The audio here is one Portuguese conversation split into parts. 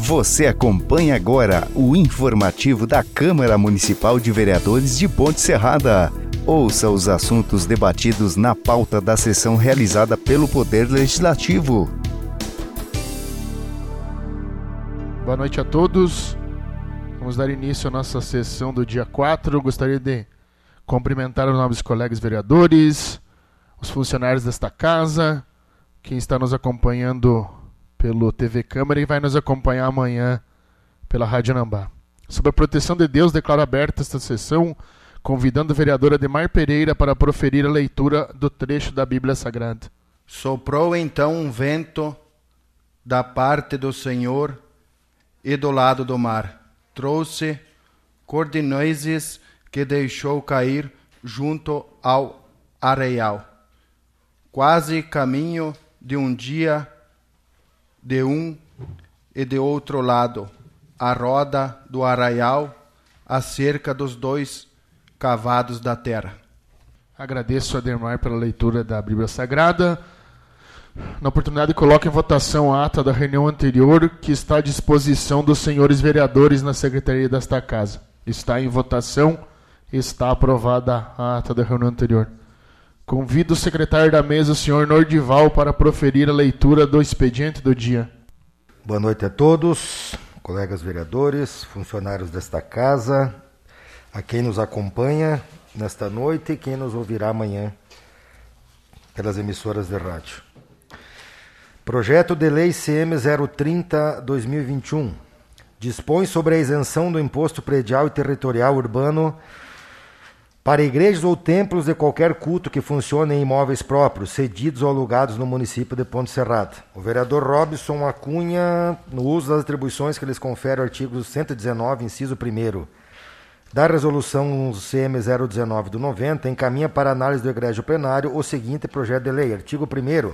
Você acompanha agora o informativo da Câmara Municipal de Vereadores de Ponte Serrada. Ouça os assuntos debatidos na pauta da sessão realizada pelo Poder Legislativo. Boa noite a todos. Vamos dar início à nossa sessão do dia 4. Gostaria de cumprimentar os nossos colegas vereadores, os funcionários desta casa, quem está nos acompanhando pelo TV Câmara e vai nos acompanhar amanhã pela Rádio Anambá. Sob a proteção de Deus, declaro aberta esta sessão, convidando a vereadora Ademar Pereira para proferir a leitura do trecho da Bíblia Sagrada. Soprou então um vento da parte do Senhor e do lado do mar. Trouxe cordonizes que deixou cair junto ao arraial. Quase caminho de um dia de um e de outro lado, a roda do arraial, acerca dos dois cavados da terra. Agradeço a Ademar pela leitura da Bíblia Sagrada. Na oportunidade, coloco em votação a ata da reunião anterior, que está à disposição dos senhores vereadores na secretaria desta casa. Está em votação, está aprovada a ata da reunião anterior. Convido o secretário da mesa, o senhor Nordival, para proferir a leitura do expediente do dia. Boa noite a todos, colegas vereadores, funcionários desta casa, a quem nos acompanha nesta noite e quem nos ouvirá amanhã pelas emissoras de rádio. Projeto de Lei CM 030/2021 dispõe sobre a isenção do imposto predial e territorial urbano para igrejas ou templos de qualquer culto que funcione em imóveis próprios, cedidos ou alugados no município de Ponte Serrada. O vereador Robson Acunha, no uso das atribuições que lhes confere o artigo 119, inciso 1º, da resolução CM 019/90, encaminha para análise do egrégio plenário o seguinte projeto de lei. Artigo 1º.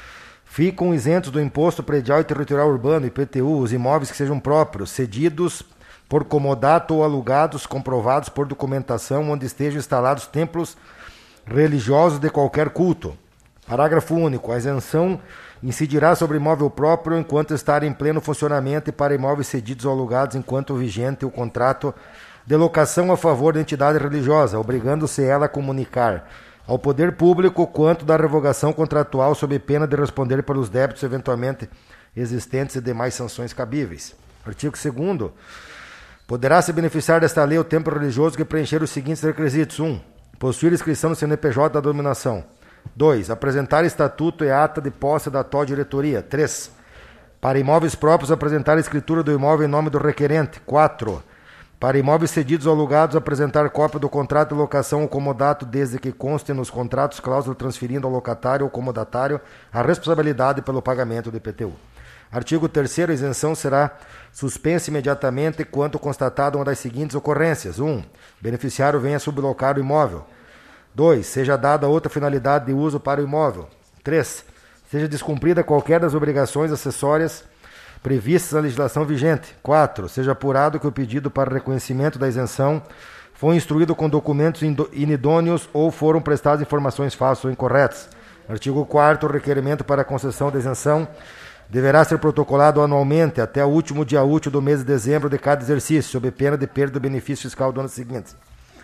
Ficam isentos do imposto predial e territorial urbano, IPTU, os imóveis que sejam próprios, cedidos por comodato ou alugados, comprovados por documentação, onde estejam instalados templos religiosos de qualquer culto. Parágrafo único. A isenção incidirá sobre imóvel próprio enquanto estar em pleno funcionamento e para imóveis cedidos ou alugados enquanto vigente o contrato de locação a favor da entidade religiosa, obrigando-se ela a comunicar ao poder público quanto da revogação contratual sob pena de responder pelos débitos eventualmente existentes e demais sanções cabíveis. Artigo 2º. Poderá se beneficiar desta lei o templo religioso que preencher os seguintes requisitos. 1. Possuir inscrição no CNPJ da denominação. 2. Apresentar estatuto e ata de posse da atual diretoria. 3. Para imóveis próprios, apresentar a escritura do imóvel em nome do requerente. 4. Para imóveis cedidos ou alugados, apresentar cópia do contrato de locação ou comodato, desde que conste nos contratos cláusula transferindo ao locatário ou comodatário a responsabilidade pelo pagamento do IPTU. Artigo 3º. A isenção será suspensa imediatamente quando constatada uma das seguintes ocorrências. 1. Beneficiário venha sublocar o imóvel. 2. Seja dada outra finalidade de uso para o imóvel. 3. Seja descumprida qualquer das obrigações acessórias previstas na legislação vigente. 4. Seja apurado que o pedido para reconhecimento da isenção foi instruído com documentos inidôneos ou foram prestadas informações falsas ou incorretas. Artigo 4º. O requerimento para a concessão da isenção deverá ser protocolado anualmente até o último dia útil do mês de dezembro de cada exercício, sob pena de perda do benefício fiscal do ano seguinte,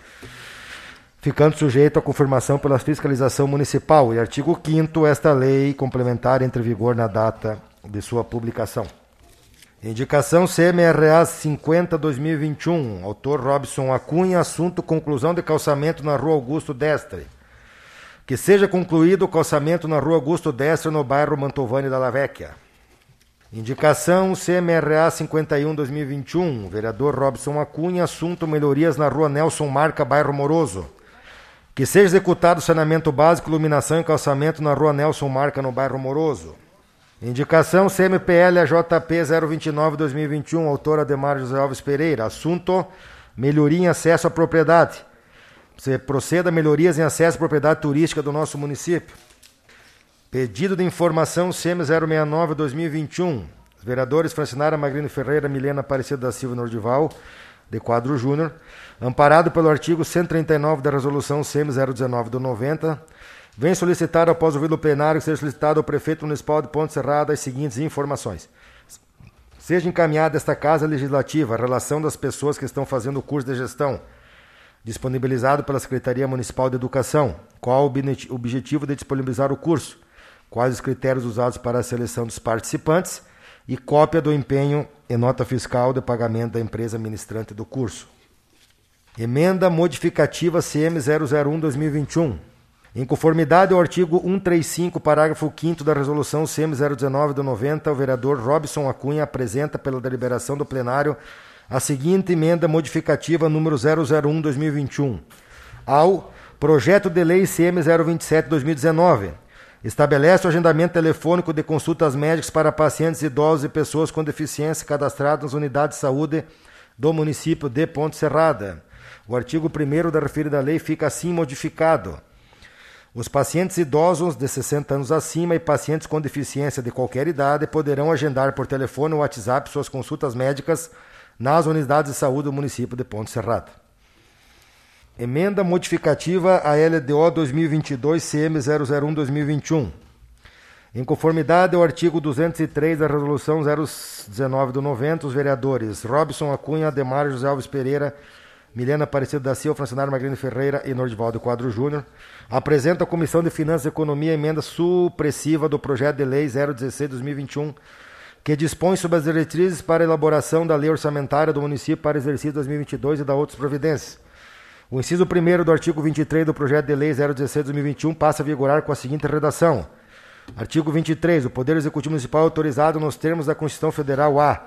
ficando sujeito à confirmação pela fiscalização municipal. E artigo 5º, esta lei complementar entra em vigor na data de sua publicação. Indicação CMRA 50/2021, autor Robson Acunha, assunto conclusão de calçamento na Rua Augusto Destre. Que seja concluído o calçamento na Rua Augusto Destre, no bairro Mantovani da Lavecchia. Indicação CMRA 51/2021, vereador Robson Acunha, assunto melhorias na Rua Nelson Marca, bairro Moroso. Que seja executado saneamento básico, iluminação e calçamento na Rua Nelson Marca, no bairro Moroso. Indicação CMPL AJP 029/2021, autor Ademar José Alves Pereira, assunto melhoria em acesso à propriedade. Se proceda a melhorias em acesso à propriedade turística do nosso município. Pedido de informação CM 069/2021. Os vereadores Francinara Magrino Ferreira, Milena Aparecida da Silva Nordival, de Quadro Júnior, amparado pelo artigo 139 da resolução CM 019/90, vem solicitar, após ouvido o plenário, que seja solicitado ao prefeito municipal de Ponte Serrada as seguintes informações. Seja encaminhada esta Casa Legislativa a relação das pessoas que estão fazendo o curso de gestão, disponibilizado pela Secretaria Municipal de Educação, qual o objetivo de disponibilizar o curso, quais os critérios usados para a seleção dos participantes e cópia do empenho e nota fiscal de pagamento da empresa ministrante do curso. Emenda modificativa CM001-2021. Em conformidade ao artigo 135, parágrafo 5º da Resolução CM019 de 90, o vereador Robson Acunha apresenta pela deliberação do plenário a seguinte emenda modificativa número 001-2021 ao projeto de lei CM027-2019. Estabelece o agendamento telefônico de consultas médicas para pacientes idosos e pessoas com deficiência cadastrados nas unidades de saúde do município de Ponte Serrada. O artigo 1º da referida lei fica assim modificado. Os pacientes idosos de 60 anos acima e pacientes com deficiência de qualquer idade poderão agendar por telefone ou WhatsApp suas consultas médicas nas unidades de saúde do município de Ponte Serrada. Emenda modificativa à LDO 2022 CM001-2021. Em conformidade ao artigo 203 da Resolução 019/90, os vereadores Robson Acunha, Ademar José Alves Pereira, Milena Aparecida da Silva, Francisco Magrini Ferreira e Nordivaldo Quadro Júnior apresentam à Comissão de Finanças e Economia a emenda supressiva do projeto de lei 016/2021, que dispõe sobre as diretrizes para a elaboração da lei orçamentária do município para exercício 2022 e da outras providências. O inciso 1º do artigo 23 do projeto de lei 016/2021 passa a vigorar com a seguinte redação. Artigo 23. O Poder Executivo Municipal é autorizado nos termos da Constituição Federal a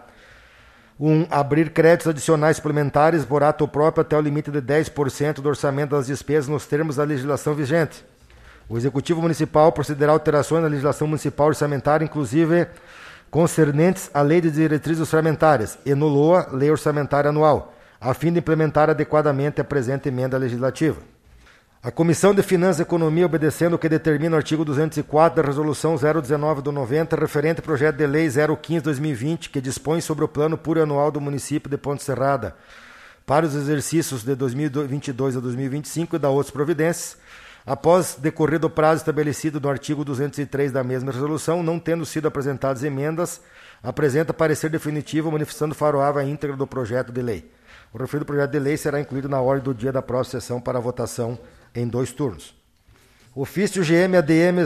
1. Abrir créditos adicionais suplementares por ato próprio até o limite de 10% do orçamento das despesas nos termos da legislação vigente. O Executivo Municipal procederá a alterações na legislação municipal orçamentária, inclusive concernentes à Lei de Diretrizes Orçamentárias e no LOA, Lei Orçamentária Anual, a fim de implementar adequadamente a presente emenda legislativa. A Comissão de Finanças e Economia, obedecendo o que determina o artigo 204 da Resolução 019/90, referente ao projeto de lei 015/2020, que dispõe sobre o plano plurianual do município de Ponte Serrada para os exercícios de 2022 a 2025 e da outras providências, após decorrido o prazo estabelecido no artigo 203 da mesma resolução, não tendo sido apresentadas emendas, apresenta parecer definitivo manifestando favorável à íntegra do projeto de lei. O referido projeto de lei será incluído na ordem do dia da próxima sessão para votação em 2 turnos. Ofício GM-ADM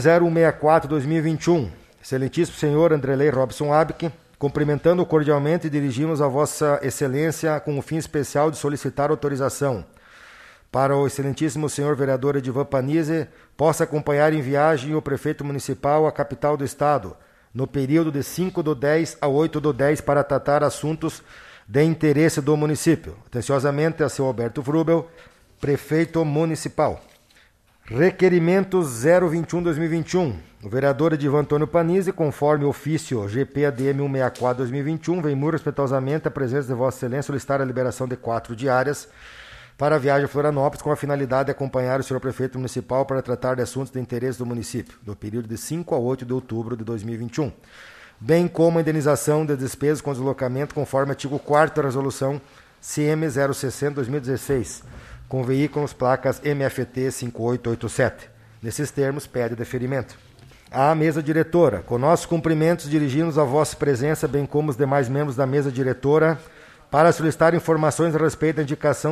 0164-2021. Excelentíssimo senhor Andrelei Robson Abic, cumprimentando cordialmente, dirigimos a Vossa Excelência com o fim especial de solicitar autorização para o excelentíssimo senhor vereador Edivan Panizzi possa acompanhar em viagem o prefeito municipal à capital do estado, no período de 5/10 a 8/10 para tratar assuntos de interesse do município. Atenciosamente, a seu Alberto Vrubel, prefeito municipal. Requerimento 021-2021. O vereador Edivan Antônio Panizzi, conforme ofício GP-ADM 164-2021, vem muito respeitosamente a presença de Vossa Excelência solicitar a liberação de 4 diárias para a viagem a Florianópolis com a finalidade de acompanhar o senhor prefeito municipal para tratar de assuntos de interesse do município, no período de 5 a 8 de outubro de 2021, bem como a indenização de despesas com deslocamento conforme artigo 4º da Resolução CM060-2016, com veículos placas MFT 5887. Nesses termos, pede deferimento. À mesa diretora, com nossos cumprimentos, dirigimos a vossa presença, bem como os demais membros da mesa diretora, para solicitar informações a respeito da indicação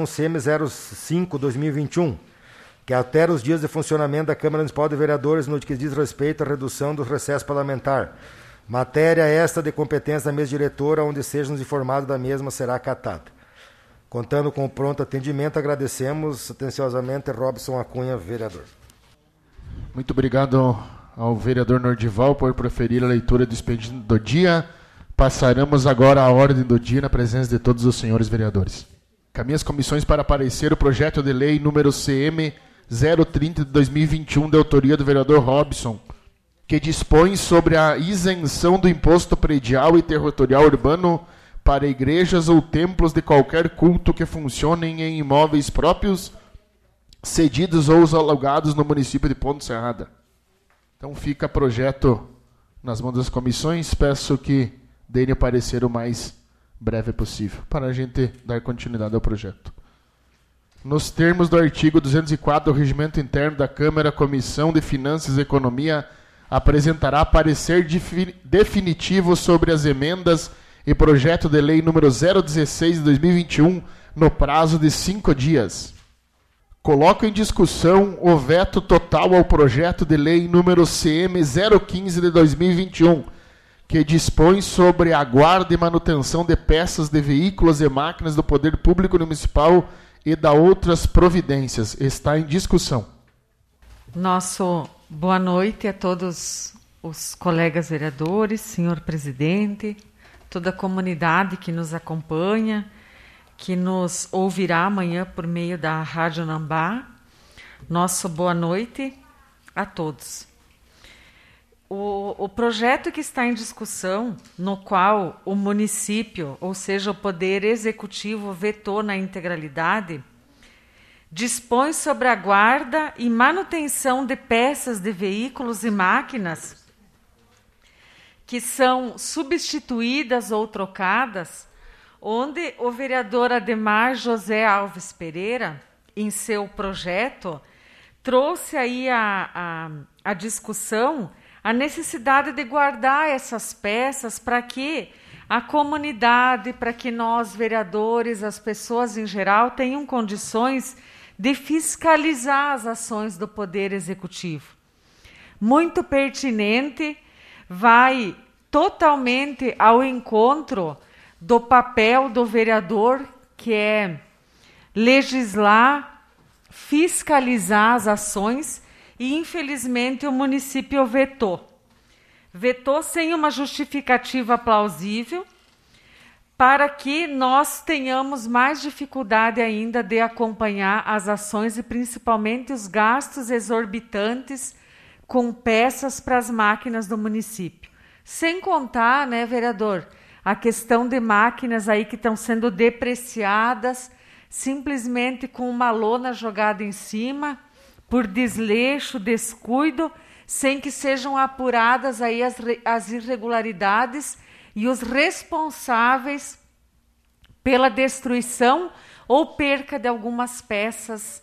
CM05-2021, que altera os dias de funcionamento da Câmara Municipal de Vereadores no que diz respeito à redução do recesso parlamentar. Matéria esta de competência da mesa diretora, onde sejam informados da mesma será acatada. Contando com o pronto atendimento, agradecemos atenciosamente Robson Acunha, vereador. Muito obrigado ao vereador Nordival por preferir a leitura do expediente do dia. Passaremos agora à ordem do dia na presença de todos os senhores vereadores. Caminha as comissões para aparecer o projeto de lei número CM 030 de 2021, de autoria do vereador Robson, que dispõe sobre a isenção do imposto predial e territorial urbano para igrejas ou templos de qualquer culto que funcionem em imóveis próprios, cedidos ou alugados no município de Ponte Serrada. Então fica projeto nas mãos das comissões. Peço que deem o parecer o mais breve possível, para a gente dar continuidade ao projeto. Nos termos do artigo 204 do Regimento Interno da Câmara, a Comissão de Finanças e Economia apresentará parecer definitivo sobre as emendas e projeto de lei número 016 de 2021 no prazo de 5 dias. Coloco em discussão o veto total ao projeto de lei número CM 015 de 2021, que dispõe sobre a guarda e manutenção de peças de veículos e máquinas do Poder Público Municipal e da outras providências. Está em discussão. Nosso boa noite a todos os colegas vereadores, senhor presidente, toda a comunidade que nos acompanha, que nos ouvirá amanhã por meio da Rádio Nambá. Nosso boa noite a todos. O projeto que está em discussão, no qual o município, ou seja, o Poder Executivo, vetou na integralidade, dispõe sobre a guarda e manutenção de peças de veículos e máquinas que são substituídas ou trocadas, onde o vereador Ademar José Alves Pereira, em seu projeto, trouxe aí a discussão a necessidade de guardar essas peças para que a comunidade, para que nós, vereadores, as pessoas em geral, tenham condições de fiscalizar as ações do Poder Executivo. Muito pertinente, vai totalmente ao encontro do papel do vereador, que é legislar, fiscalizar as ações, e infelizmente o município vetou. Vetou sem uma justificativa plausível, para que nós tenhamos mais dificuldade ainda de acompanhar as ações e principalmente os gastos exorbitantes com peças para as máquinas do município. Sem contar, né, vereador, a questão de máquinas aí que estão sendo depreciadas simplesmente com uma lona jogada em cima, por desleixo, descuido, sem que sejam apuradas aí as irregularidades e os responsáveis pela destruição ou perca de algumas peças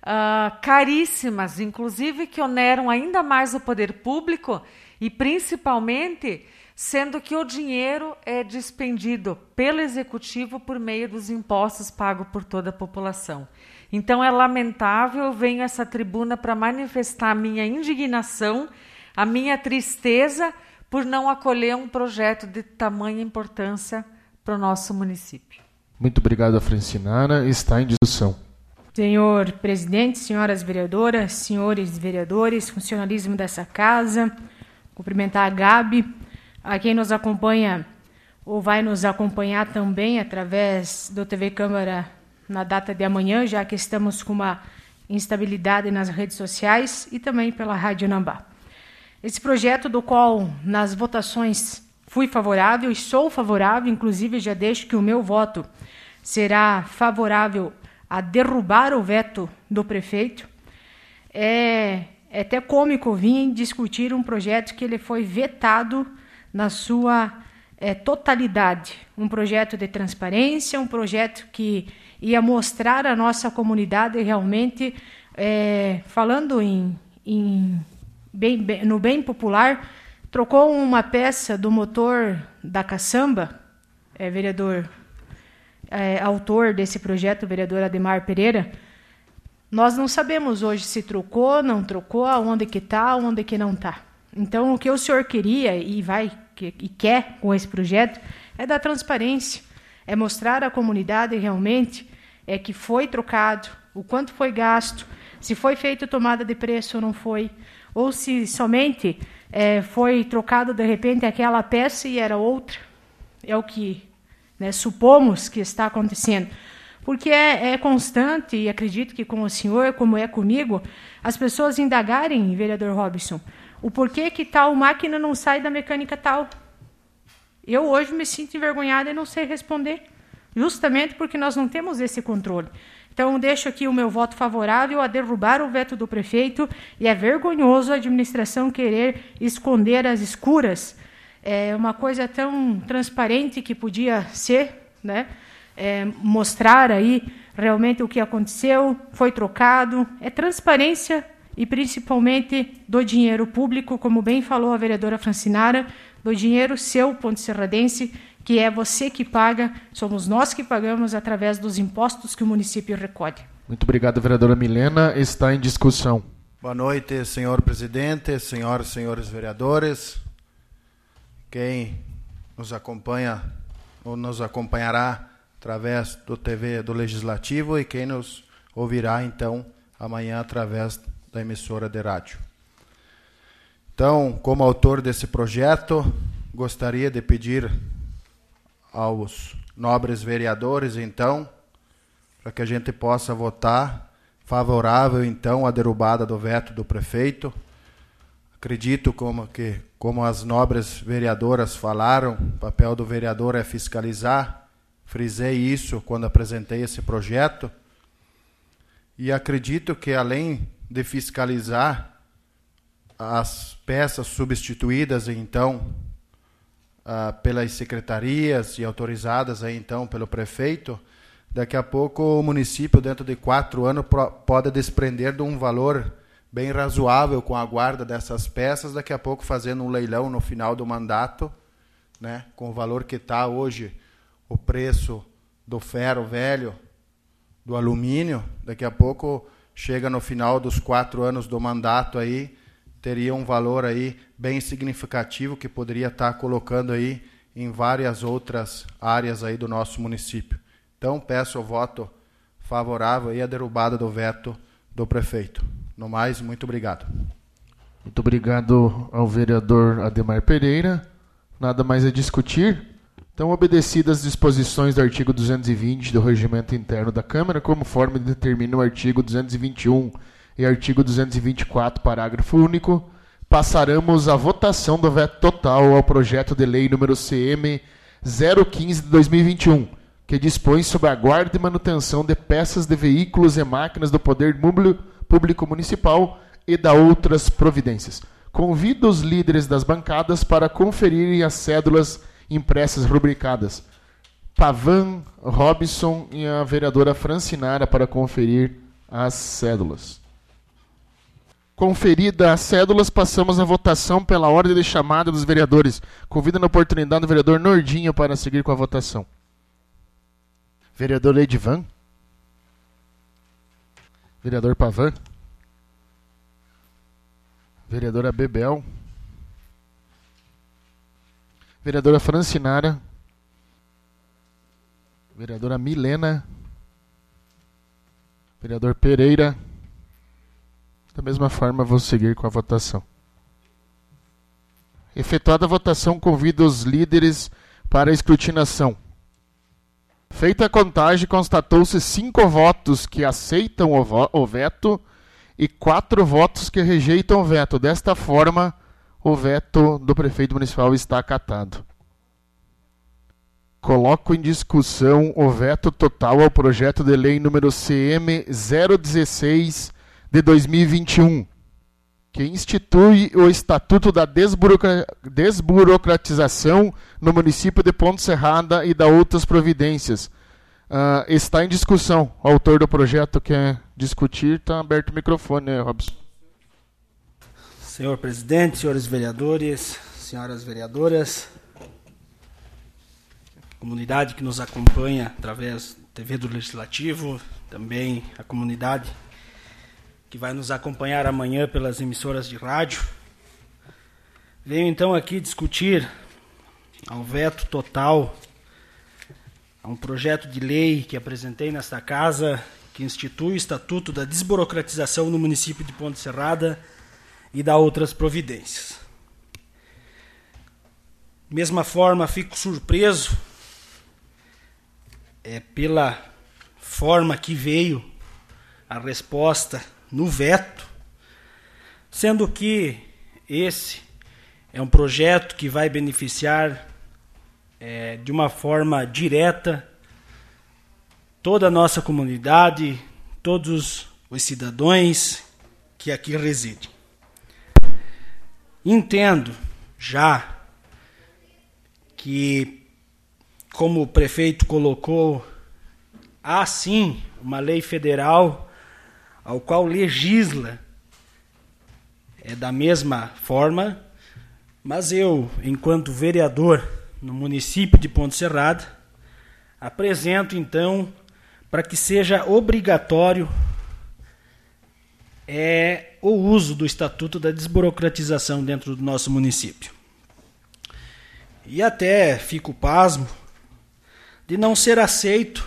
caríssimas, inclusive que oneram ainda mais o poder público e principalmente sendo que o dinheiro é dispendido pelo Executivo por meio dos impostos pagos por toda a população. Então é lamentável, eu venho a essa tribuna para manifestar a minha indignação, a minha tristeza por não acolher um projeto de tamanha importância para o nosso município. Muito obrigado, Francinara. Está em discussão. Senhor presidente, senhoras vereadoras, senhores vereadores, funcionalismo dessa casa, cumprimentar a Gabi, a quem nos acompanha ou vai nos acompanhar também através do TV Câmara na data de amanhã, já que estamos com uma instabilidade nas redes sociais e também pela Rádio Nambá. Esse projeto do qual nas votações fui favorável e sou favorável, inclusive já deixo que o meu voto será favorável a derrubar o veto do prefeito. É até cômico vir discutir um projeto que ele foi vetado na sua totalidade. Um projeto de transparência, um projeto que ia mostrar à nossa comunidade realmente, falando no bem popular, trocou uma peça do motor da caçamba, vereador, autor desse projeto, o vereador Ademar Pereira. Nós não sabemos hoje se trocou, não trocou, aonde que está, aonde que não está. Então, o que o senhor queria e quer com esse projeto é dar transparência, é mostrar à comunidade realmente que foi trocado, o quanto foi gasto, se foi feita tomada de preço ou não foi, ou se somente foi trocado de repente aquela peça e era outra. É o que supomos que está acontecendo. Porque é constante, e acredito que com o senhor, como é comigo, as pessoas indagarem, vereador Robson, o porquê que tal máquina não sai da mecânica tal. Eu hoje me sinto envergonhada e não sei responder, justamente porque nós não temos esse controle. Então, deixo aqui o meu voto favorável a derrubar o veto do prefeito, e é vergonhoso a administração querer esconder as escuras. É uma coisa tão transparente que podia ser, né? Mostrar aí realmente o que aconteceu, foi trocado, é transparência e principalmente do dinheiro público, como bem falou a vereadora Francinara, do dinheiro seu, ponte-serradense, que é você que paga, somos nós que pagamos através dos impostos que o município recolhe. Muito obrigado, vereadora Milena. Está em discussão. Boa noite, senhor presidente, senhores vereadores. Quem nos acompanha ou nos acompanhará através do TV do Legislativo e quem nos ouvirá, então, amanhã através da emissora de rádio. Então, como autor desse projeto, gostaria de pedir aos nobres vereadores, então, para que a gente possa votar favorável, então, à derrubada do veto do prefeito. Acredito como as nobres vereadoras falaram, o papel do vereador é fiscalizar. Frisei isso quando apresentei esse projeto. E acredito que, além de fiscalizar as peças substituídas, então, pelas secretarias e autorizadas, então, pelo prefeito, daqui a pouco o município, dentro de 4 anos, pode desprender de um valor bem razoável com a guarda dessas peças, daqui a pouco fazendo um leilão no final do mandato, né, com o valor que está hoje o preço do ferro velho, do alumínio, daqui a pouco chega no final dos 4 anos do mandato aí, teria um valor aí bem significativo que poderia estar colocando aí em várias outras áreas aí do nosso município. Então peço o voto favorável e a derrubada do veto do prefeito. No mais, muito obrigado. Muito obrigado ao vereador Ademar Pereira. Nada mais a discutir. Então, obedecidas as disposições do artigo 220 do Regimento Interno da Câmara, conforme determina o artigo 221 e artigo 224, parágrafo único, passaremos à votação do veto total ao projeto de lei número CM 015 de 2021, que dispõe sobre a guarda e manutenção de peças de veículos e máquinas do Poder Público Municipal e da outras providências. Convido os líderes das bancadas para conferirem as cédulas impressas rubricadas. Pavan, Robson e a vereadora Francinara para conferir as cédulas. Conferida as cédulas, passamos à votação pela ordem de chamada dos vereadores. Convido na oportunidade o vereador Nordinho para seguir com a votação. Vereador Edivan. Vereador Pavan. Vereadora Bebel. Vereadora Francinara. Vereadora Milena. Vereador Pereira. Da mesma forma, vou seguir com a votação. Efetuada a votação, convido os líderes para a escrutinação. Feita a contagem, constatou-se 5 votos que aceitam o veto e 4 votos que rejeitam o veto. Desta forma, o veto do prefeito municipal está acatado. Coloco em discussão o veto total ao projeto de lei número CM 016 de 2021, que institui o Estatuto da Desburocratização no município de Ponte Serrada e da outras providências. Está em discussão. O autor do projeto quer discutir. Está aberto o microfone, Robson. Senhor presidente, senhores vereadores, senhoras vereadoras, comunidade que nos acompanha através da TV do Legislativo, também a comunidade que vai nos acompanhar amanhã pelas emissoras de rádio. Venho então aqui discutir ao veto total a um projeto de lei que apresentei nesta casa, que institui o Estatuto da Desburocratização no município de Ponte Serrada e da outras providências. De mesma forma, fico surpreso pela forma que veio a resposta no veto, sendo que esse é um projeto que vai beneficiar de uma forma direta toda a nossa comunidade, todos os cidadãos que aqui residem. Entendo já que, como o prefeito colocou, há sim uma lei federal ao qual legisla da mesma forma, mas eu, enquanto vereador no município de Ponte Serrada, apresento então para que seja obrigatório o uso do Estatuto da Desburocratização dentro do nosso município. E até fico pasmo de não ser aceito,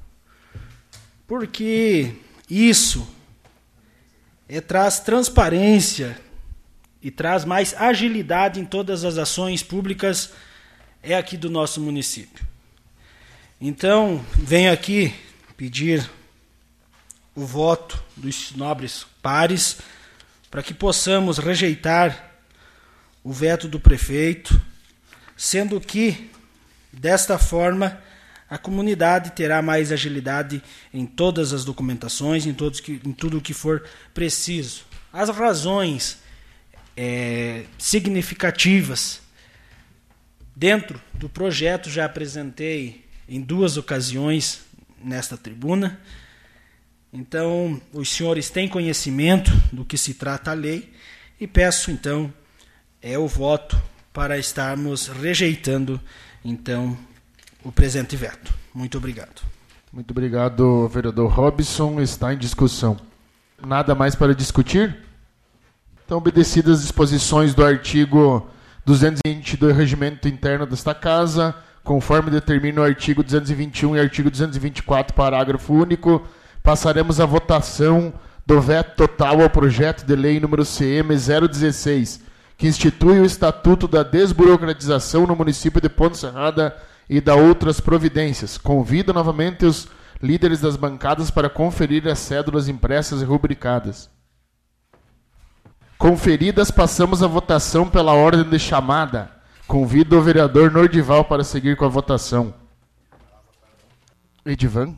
porque isso traz transparência e traz mais agilidade em todas as ações públicas aqui do nosso município. Então, venho aqui pedir o voto dos nobres pares para que possamos rejeitar o veto do prefeito, sendo que, desta forma, a comunidade terá mais agilidade em todas as documentações, em tudo o que for preciso. As razões significativas dentro do projeto já apresentei em 2 ocasiões nesta tribuna. Então, os senhores têm conhecimento do que se trata a lei e peço, então, o voto para estarmos rejeitando, então, o presente veto. Muito obrigado. Muito obrigado, vereador Robson. Está em discussão. Nada mais para discutir? Então, obedecidas as disposições do artigo 222 do Regimento Interno desta Casa, conforme determina o artigo 221 e artigo 224, parágrafo único, passaremos à votação do veto total ao projeto de lei número CM 016, que institui o Estatuto da Desburocratização no município de Ponte Serrada e da outras providências. Convido novamente os líderes das bancadas para conferir as cédulas impressas e rubricadas. Conferidas, passamos à votação pela ordem de chamada. Convido o vereador Nordival para seguir com a votação. Edivan.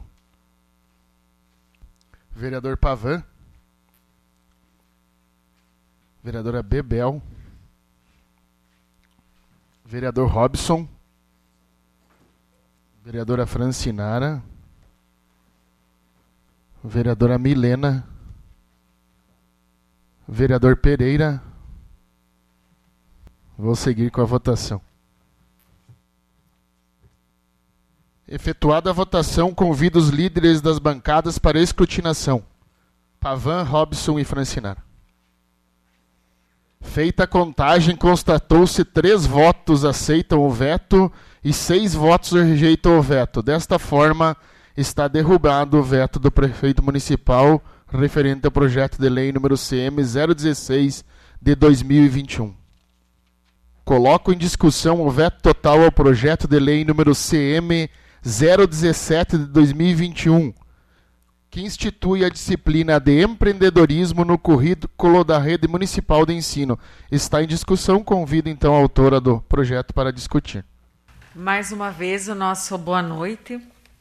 Vereador Pavan. Vereadora Bebel. Vereador Robson. Vereadora Francinara. Vereadora Milena. Vereador Pereira. Vou seguir com a votação. Efetuada a votação, convido os líderes das bancadas para escrutinação. Pavan, Robson e Francinara. Feita a contagem, constatou-se 3 votos aceitam o veto e 6 votos rejeitam o veto. Desta forma, está derrubado o veto do prefeito municipal referente ao projeto de lei número CM 016 de 2021. Coloco em discussão o veto total ao projeto de lei número CM 017 de 2021, que institui a disciplina de empreendedorismo no currículo da rede municipal de ensino. Está em discussão, convido então a autora do projeto para discutir. Mais uma vez o nosso boa noite.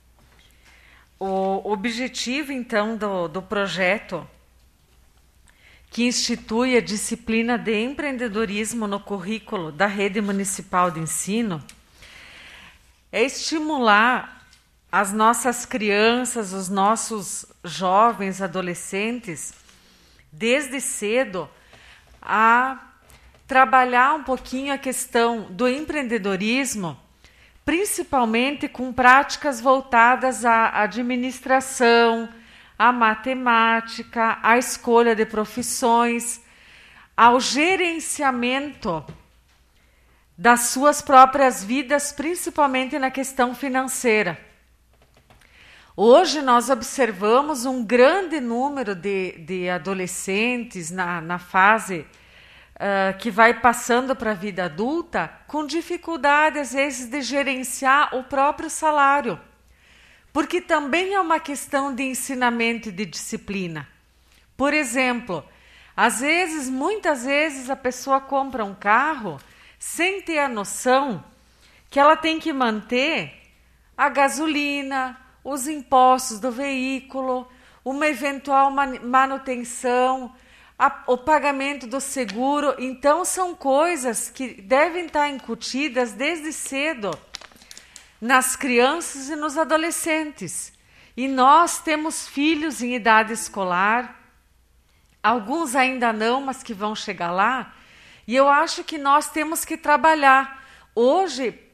O objetivo, então, do projeto que institui a disciplina de empreendedorismo no currículo da rede municipal de ensino é estimular as nossas crianças, os nossos jovens, adolescentes, desde cedo, a trabalhar um pouquinho a questão do empreendedorismo, principalmente com práticas voltadas à administração, à matemática, à escolha de profissões, ao gerenciamento das suas próprias vidas, principalmente na questão financeira. Hoje nós observamos um grande número de adolescentes na fase que vai passando para a vida adulta com dificuldade, às vezes, de gerenciar o próprio salário. Porque também é uma questão de ensinamento e de disciplina. Por exemplo, muitas vezes a pessoa compra um carro sem ter a noção que ela tem que manter a gasolina, os impostos do veículo, uma eventual manutenção, o pagamento do seguro. Então, são coisas que devem estar incutidas desde cedo nas crianças e nos adolescentes. E nós temos filhos em idade escolar, alguns ainda não, mas que vão chegar lá, e eu acho que nós temos que trabalhar. Hoje,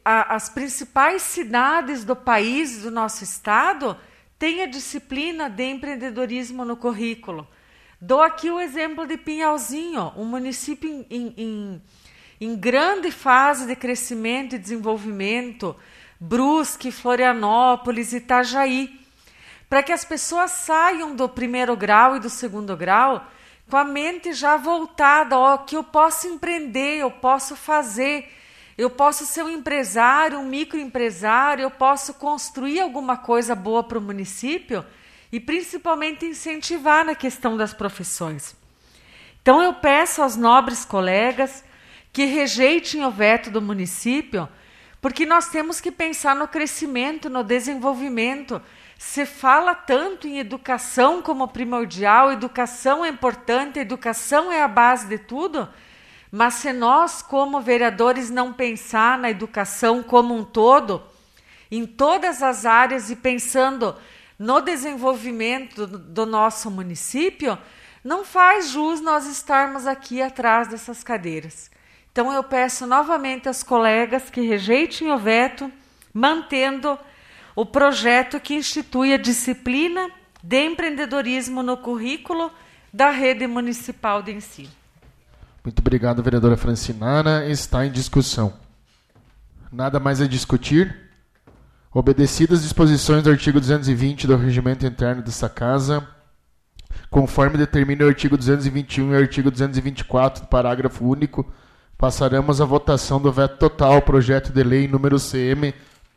as principais cidades do país, do nosso estado, têm a disciplina de empreendedorismo no currículo. Dou aqui o exemplo de Pinhalzinho, um município em grande fase de crescimento e desenvolvimento, Brusque, Florianópolis, Itajaí, para que as pessoas saiam do primeiro grau e do segundo grau com a mente já voltada, que eu posso empreender, eu posso fazer, eu posso ser um empresário, um microempresário, eu posso construir alguma coisa boa para o município e principalmente incentivar na questão das profissões. Então eu peço aos nobres colegas que rejeitem o veto do município, porque nós temos que pensar no crescimento, no desenvolvimento. Se fala tanto em educação como primordial, educação é importante, educação é a base de tudo, mas se nós, como vereadores, não pensar na educação como um todo, em todas as áreas e pensando no desenvolvimento do nosso município, não faz jus nós estarmos aqui atrás dessas cadeiras. Então eu peço novamente aos colegas que rejeitem o veto, mantendo o projeto que institui a disciplina de empreendedorismo no currículo da Rede Municipal de Ensino. Muito obrigado, vereadora Francinara. Está em discussão. Nada mais a discutir? Obedecidas as disposições do artigo 220 do Regimento Interno desta Casa, conforme determina o artigo 221 e o artigo 224 do parágrafo único, passaremos à votação do veto total ao projeto de lei número CM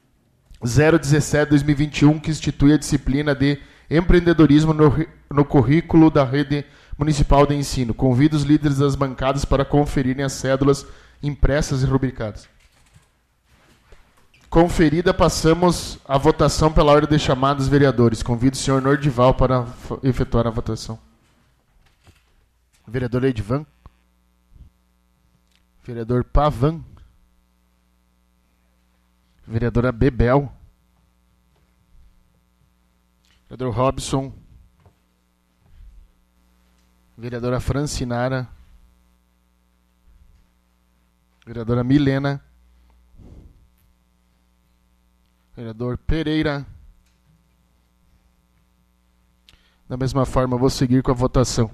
017/2021, que institui a disciplina de empreendedorismo no currículo da Rede Municipal de Ensino. Convido os líderes das bancadas para conferirem as cédulas impressas e rubricadas. Conferida, passamos à votação pela ordem de chamada dos vereadores. Convido o senhor Nordival para efetuar a votação. Vereador Edivan. Vereador Pavan. Vereadora Bebel. Vereador Robson. Vereadora Francinara. Vereadora Milena. Vereador Pereira. Da mesma forma, vou seguir com a votação.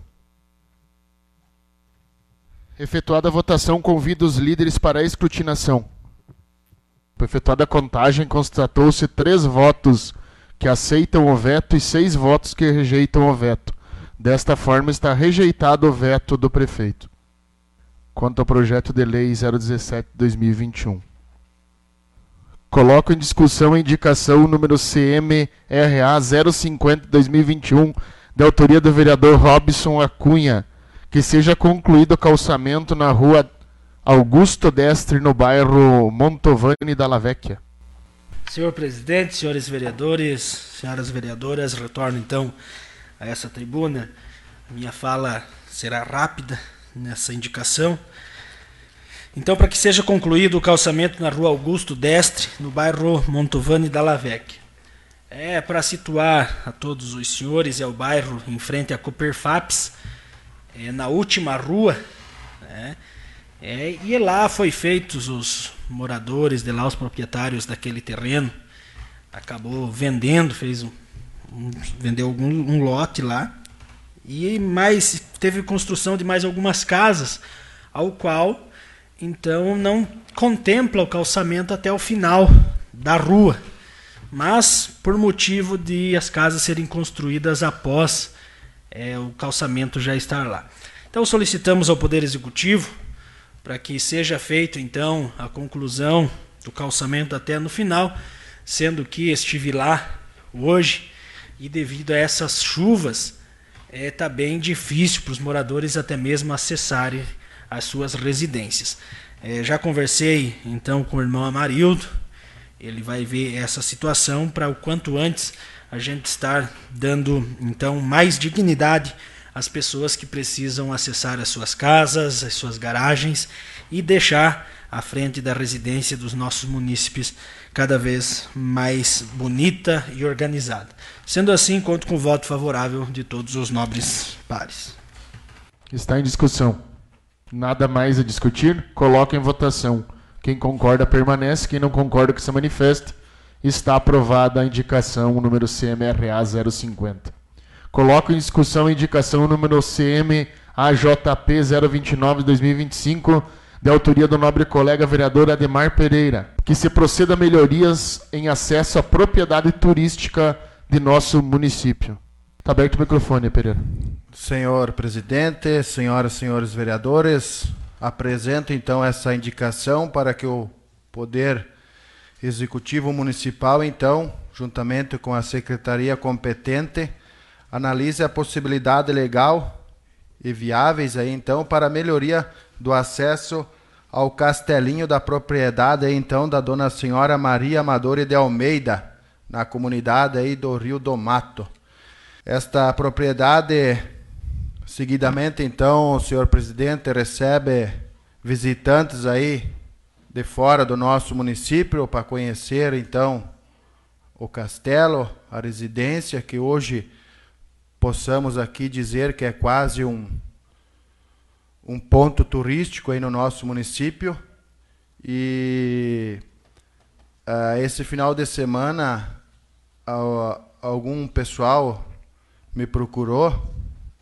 Efetuada a votação, convido os líderes para a escrutinação. Efetuada a contagem, constatou-se 3 votos que aceitam o veto e 6 votos que rejeitam o veto. Desta forma, está rejeitado o veto do prefeito. Quanto ao projeto de lei 017/2021. Coloco em discussão a indicação número CMRA 050/2021, de autoria do vereador Robson Acunha, que seja concluído o calçamento na rua Augusto Destre, no bairro Montovani Dalla Vecchia. Senhor presidente, senhores vereadores, senhoras vereadoras, retorno então a essa tribuna. A minha fala será rápida nessa indicação. Então, para que seja concluído o calçamento na rua Augusto Destre, no bairro Montovani Dalla Vecchia. Para situar a todos os senhores, é o bairro em frente à Cooperfaps, na última rua, e lá foi feitos os moradores de lá, os proprietários daquele terreno, acabou vendendo, vendeu um lote lá, e mais teve construção de mais algumas casas, ao qual então não contempla o calçamento até o final da rua, mas por motivo de as casas serem construídas após o calçamento já estar lá. Então solicitamos ao Poder Executivo para que seja feito então a conclusão do calçamento até no final, sendo que estive lá hoje e devido a essas chuvas está bem difícil para os moradores até mesmo acessarem as suas residências. Já conversei então com o irmão Amarildo, ele vai ver essa situação para o quanto antes a gente estar dando então mais dignidade às pessoas que precisam acessar as suas casas, as suas garagens e deixar a frente da residência dos nossos munícipes cada vez mais bonita e organizada. Sendo assim, conto com o voto favorável de todos os nobres pares. Está em discussão. Nada mais a discutir? Coloco em votação. Quem concorda permanece, quem não concorda que se manifeste. Está aprovada a indicação número CMRA 050. Coloco em discussão a indicação número CMAJP 029 de 2025, de autoria do nobre colega vereador Ademar Pereira, que se proceda a melhorias em acesso à propriedade turística de nosso município. Está aberto o microfone, Pereira. Senhor presidente, senhoras e senhores vereadores, apresento então essa indicação para que o Poder Executivo Municipal, então, juntamente com a Secretaria competente, analise a possibilidade legal e viáveis aí, então, para a melhoria do acesso ao castelinho da propriedade aí, então, da Dona Senhora Maria Amadora de Almeida, na comunidade aí do Rio do Mato. Esta propriedade, seguidamente, então, o senhor presidente recebe visitantes aí de fora do nosso município para conhecer, então, o castelo, a residência, que hoje possamos aqui dizer que é quase um ponto turístico aí no nosso município. E esse final de semana algum pessoal me procurou,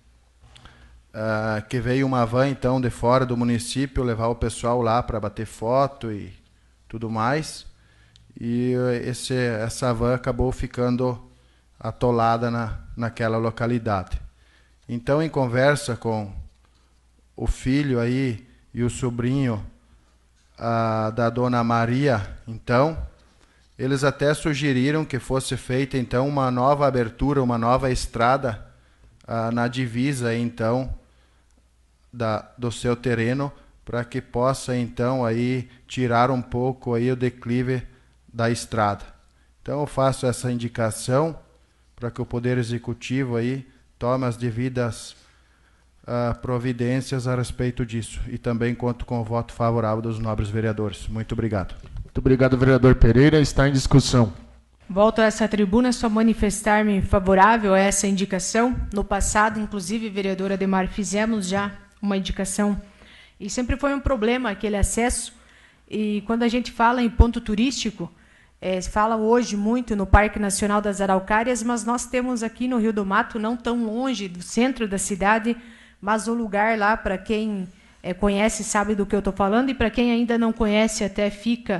que veio uma van então de fora do município levar o pessoal lá para bater foto e tudo mais, e essa van acabou ficando atolada naquela localidade. Então, em conversa com o filho aí e o sobrinho da Dona Maria, então, eles até sugeriram que fosse feita então uma nova abertura, uma nova estrada na divisa então do seu terreno, para que possa então aí tirar um pouco aí o declive da estrada. Então eu faço essa indicação para que o Poder Executivo aí tome as devidas providências a respeito disso, e também conto com o voto favorável dos nobres vereadores. Muito obrigado. Muito obrigado, vereador Pereira. Está em discussão. Volto a essa tribuna só manifestar-me favorável a essa indicação. No passado, inclusive, vereador Ademar, fizemos já uma indicação e sempre foi um problema aquele acesso. E quando a gente fala em ponto turístico, se fala hoje muito no Parque Nacional das Araucárias, mas nós temos aqui no Rio do Mato, não tão longe do centro da cidade, mas o lugar lá, para quem conhece, sabe do que eu estou falando, e para quem ainda não conhece, até fica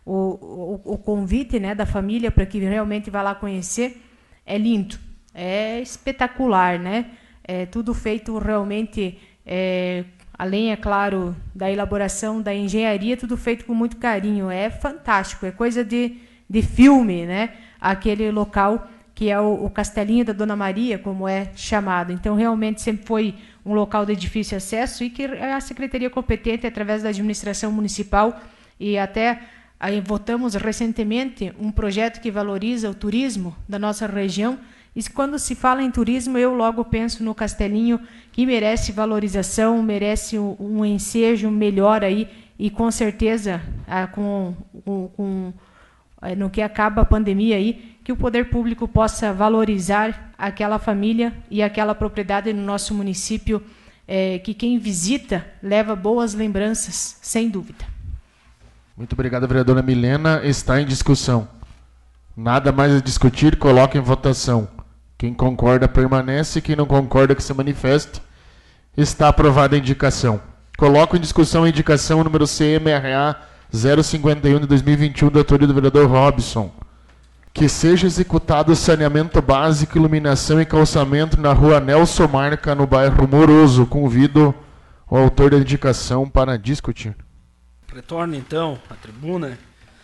o convite, né, da família para que realmente vá lá conhecer. É lindo, é espetacular, né? É tudo feito realmente, além, é claro, da elaboração, da engenharia, tudo feito com muito carinho. É fantástico, é coisa de filme, né? Aquele local que é o Castelinho da Dona Maria, como é chamado. Então, realmente, sempre foi um local de difícil acesso, e que a Secretaria competente, através da administração municipal, e até aí votamos recentemente um projeto que valoriza o turismo da nossa região. E quando se fala em turismo, eu logo penso no Castelinho, que merece valorização, merece um ensejo melhor aí, e com certeza, no que acaba a pandemia aí, que o poder público possa valorizar aquela família e aquela propriedade no nosso município, que quem visita leva boas lembranças, sem dúvida. Muito obrigado, vereadora Milena. Está em discussão. Nada mais a discutir, coloca em votação. Quem concorda permanece, quem não concorda que se manifeste. Está aprovada a indicação. Coloco em discussão a indicação número CMRA 051 de 2021, da autoria do vereador Robson. Que seja executado o saneamento básico, iluminação e calçamento na rua Nelson Marca, no bairro Moroso. Convido o autor da indicação para discutir. Retorno então à tribuna,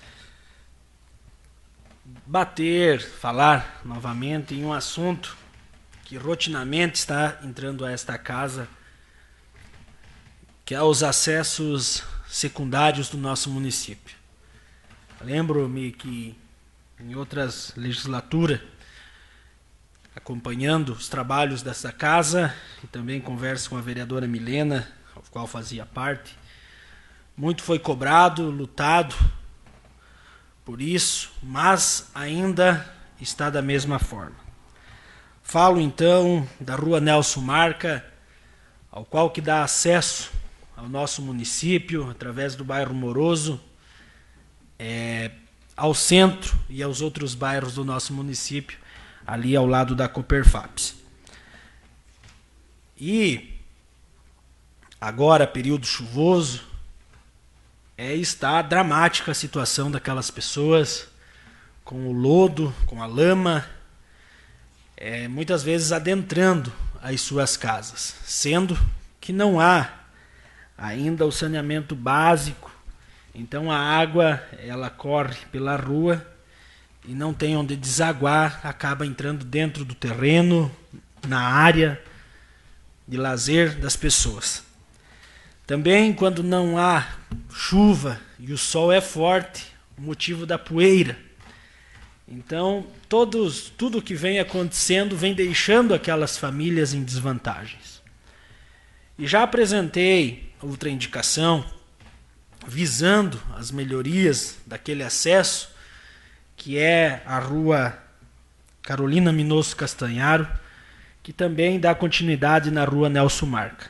falar novamente em um assunto que rotineiramente está entrando a esta casa, que é os acessos secundários do nosso município. Lembro-me que em outras legislaturas, acompanhando os trabalhos dessa casa, e também converso com a vereadora Milena, ao qual fazia parte, muito foi cobrado, lutado por isso, mas ainda está da mesma forma. Falo então da rua Nelson Marca, ao qual que dá acesso ao nosso município, através do bairro Moroso, ao centro e aos outros bairros do nosso município, ali ao lado da Coperfaps. E agora, período chuvoso, está dramática a situação daquelas pessoas, com o lodo, com a lama, muitas vezes adentrando as suas casas, sendo que não há ainda o saneamento básico. Então a água, ela corre pela rua e não tem onde desaguar, acaba entrando dentro do terreno, na área de lazer das pessoas. Também quando não há chuva e o sol é forte, o motivo da poeira. Então tudo que vem acontecendo vem deixando aquelas famílias em desvantagens. E já apresentei outra indicação visando as melhorias daquele acesso, que é a rua Carolina Minosso Castanharo, que também dá continuidade na rua Nelson Marca.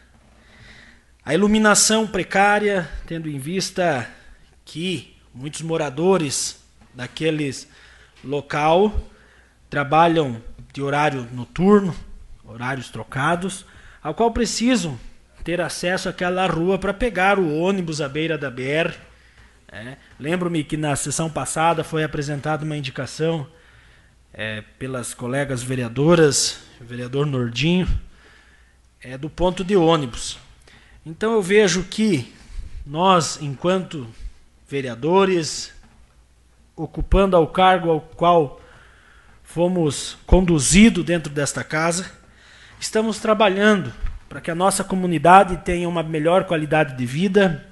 A iluminação precária, tendo em vista que muitos moradores daqueles local trabalham de horário noturno, horários trocados, ao qual precisam ter acesso àquela rua para pegar o ônibus à beira da BR. Lembro-me que na sessão passada foi apresentada uma indicação pelas colegas vereadoras, o vereador Nordinho, do ponto de ônibus. Então eu vejo que nós, enquanto vereadores, ocupando ao cargo ao qual fomos conduzidos dentro desta casa, estamos trabalhando para que a nossa comunidade tenha uma melhor qualidade de vida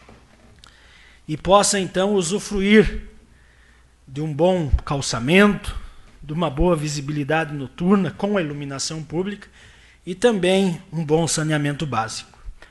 e possa então usufruir de um bom calçamento, de uma boa visibilidade noturna com a iluminação pública e também um bom saneamento básico.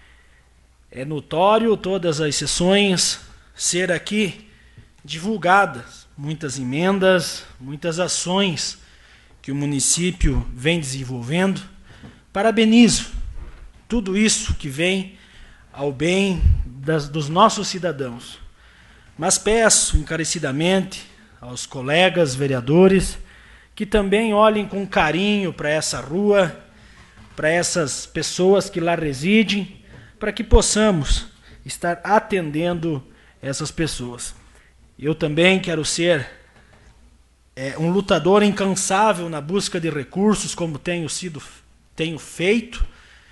É notório todas as sessões ser aqui divulgadas, muitas emendas, muitas ações que o município vem desenvolvendo. Parabenizo tudo isso que vem ao bem dos nossos cidadãos. Mas peço encarecidamente aos colegas vereadores que também olhem com carinho para essa rua, para essas pessoas que lá residem, para que possamos estar atendendo essas pessoas. Eu também quero ser um lutador incansável na busca de recursos, como tenho feito,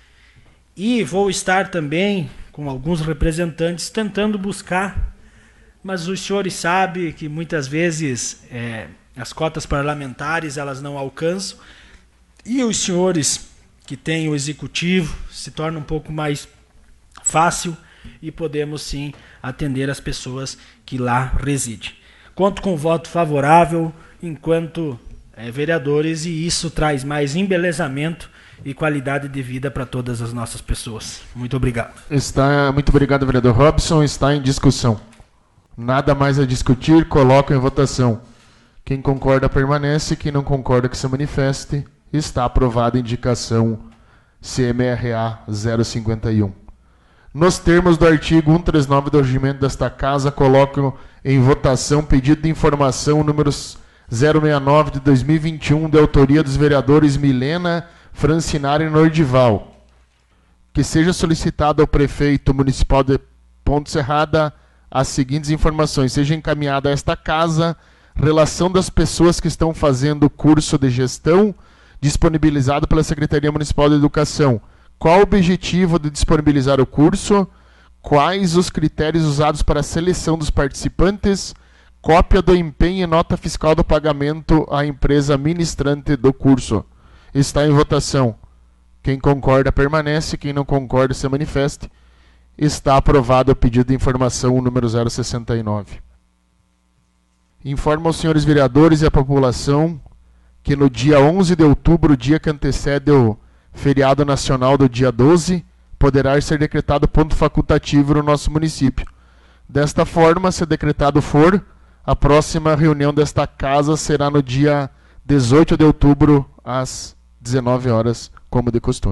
e vou estar também com alguns representantes tentando buscar, mas os senhores sabem que muitas vezes as cotas parlamentares elas não alcançam, e os senhores que têm o executivo se torna um pouco mais fácil e podemos sim atender as pessoas que lá residem. Conto com voto favorável enquanto vereadores, e isso traz mais embelezamento e qualidade de vida para todas as nossas pessoas. Muito obrigado. Muito obrigado, vereador Robson. Está em discussão. Nada mais a discutir, coloco em votação. Quem concorda permanece, quem não concorda que se manifeste. Está aprovada a indicação CMRA 051. Nos termos do artigo 139 do regimento desta casa, coloco em votação pedido de informação número 069 de 2021, de autoria dos vereadores Milena, Francinari e Nordival, que seja solicitado ao prefeito municipal de Ponte Serrada as seguintes informações. Seja encaminhada a esta casa relação das pessoas que estão fazendo o curso de gestão disponibilizado pela Secretaria Municipal de Educação. Qual o objetivo de disponibilizar o curso? Quais os critérios usados para a seleção dos participantes? Cópia do empenho e nota fiscal do pagamento à empresa ministrante do curso. Está em votação. Quem concorda permanece, quem não concorda se manifeste. Está aprovado o pedido de informação número 069. Informo aos senhores vereadores e à população que no dia 11 de outubro, dia que antecede o feriado nacional do dia 12, poderá ser decretado ponto facultativo no nosso município. Desta forma, se decretado for, a próxima reunião desta casa será no dia 18 de outubro, às 19 horas, como de costume.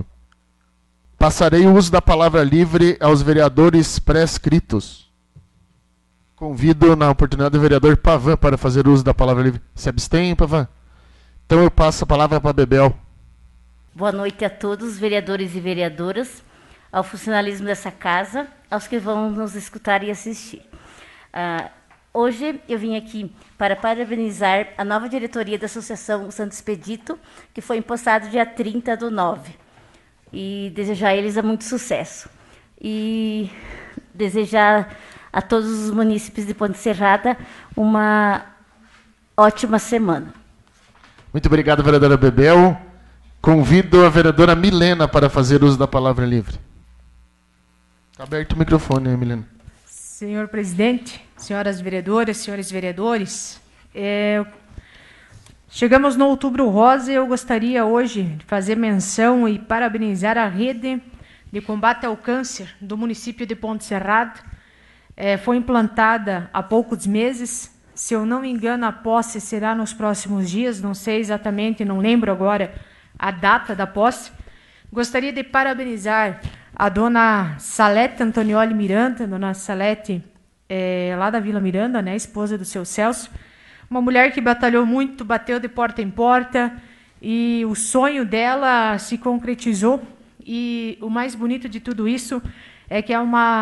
Passarei o uso da palavra livre aos vereadores prescritos. Convido, na oportunidade, o vereador Pavan para fazer uso da palavra livre. Se abstém, Pavan? Então eu passo a palavra para a Bebel. Boa noite a todos, vereadores e vereadoras, ao funcionalismo dessa casa, aos que vão nos escutar e assistir. Hoje eu vim aqui para parabenizar a nova diretoria da Associação Santo Expedito, que foi empossada dia 30/9, e desejar a eles muito sucesso. E desejar a todos os munícipes de Ponte Serrada uma ótima semana. Muito obrigado, vereadora Bebel. Convido a vereadora Milena para fazer uso da palavra livre. Está aberto o microfone, Milena. Senhor presidente, senhoras vereadoras, senhores vereadores, chegamos no Outubro Rosa e eu gostaria hoje de fazer menção e parabenizar a rede de combate ao câncer do município de Ponte Serrada. Foi implantada há poucos meses, se eu não me engano, a posse será nos próximos dias, não sei exatamente, não lembro agora a data da posse. Gostaria de parabenizar a dona Salete Antonioli Miranda, dona Salete, lá da Vila Miranda, né, esposa do seu Celso, uma mulher que batalhou muito, bateu de porta em porta, e o sonho dela se concretizou, e o mais bonito de tudo isso é que é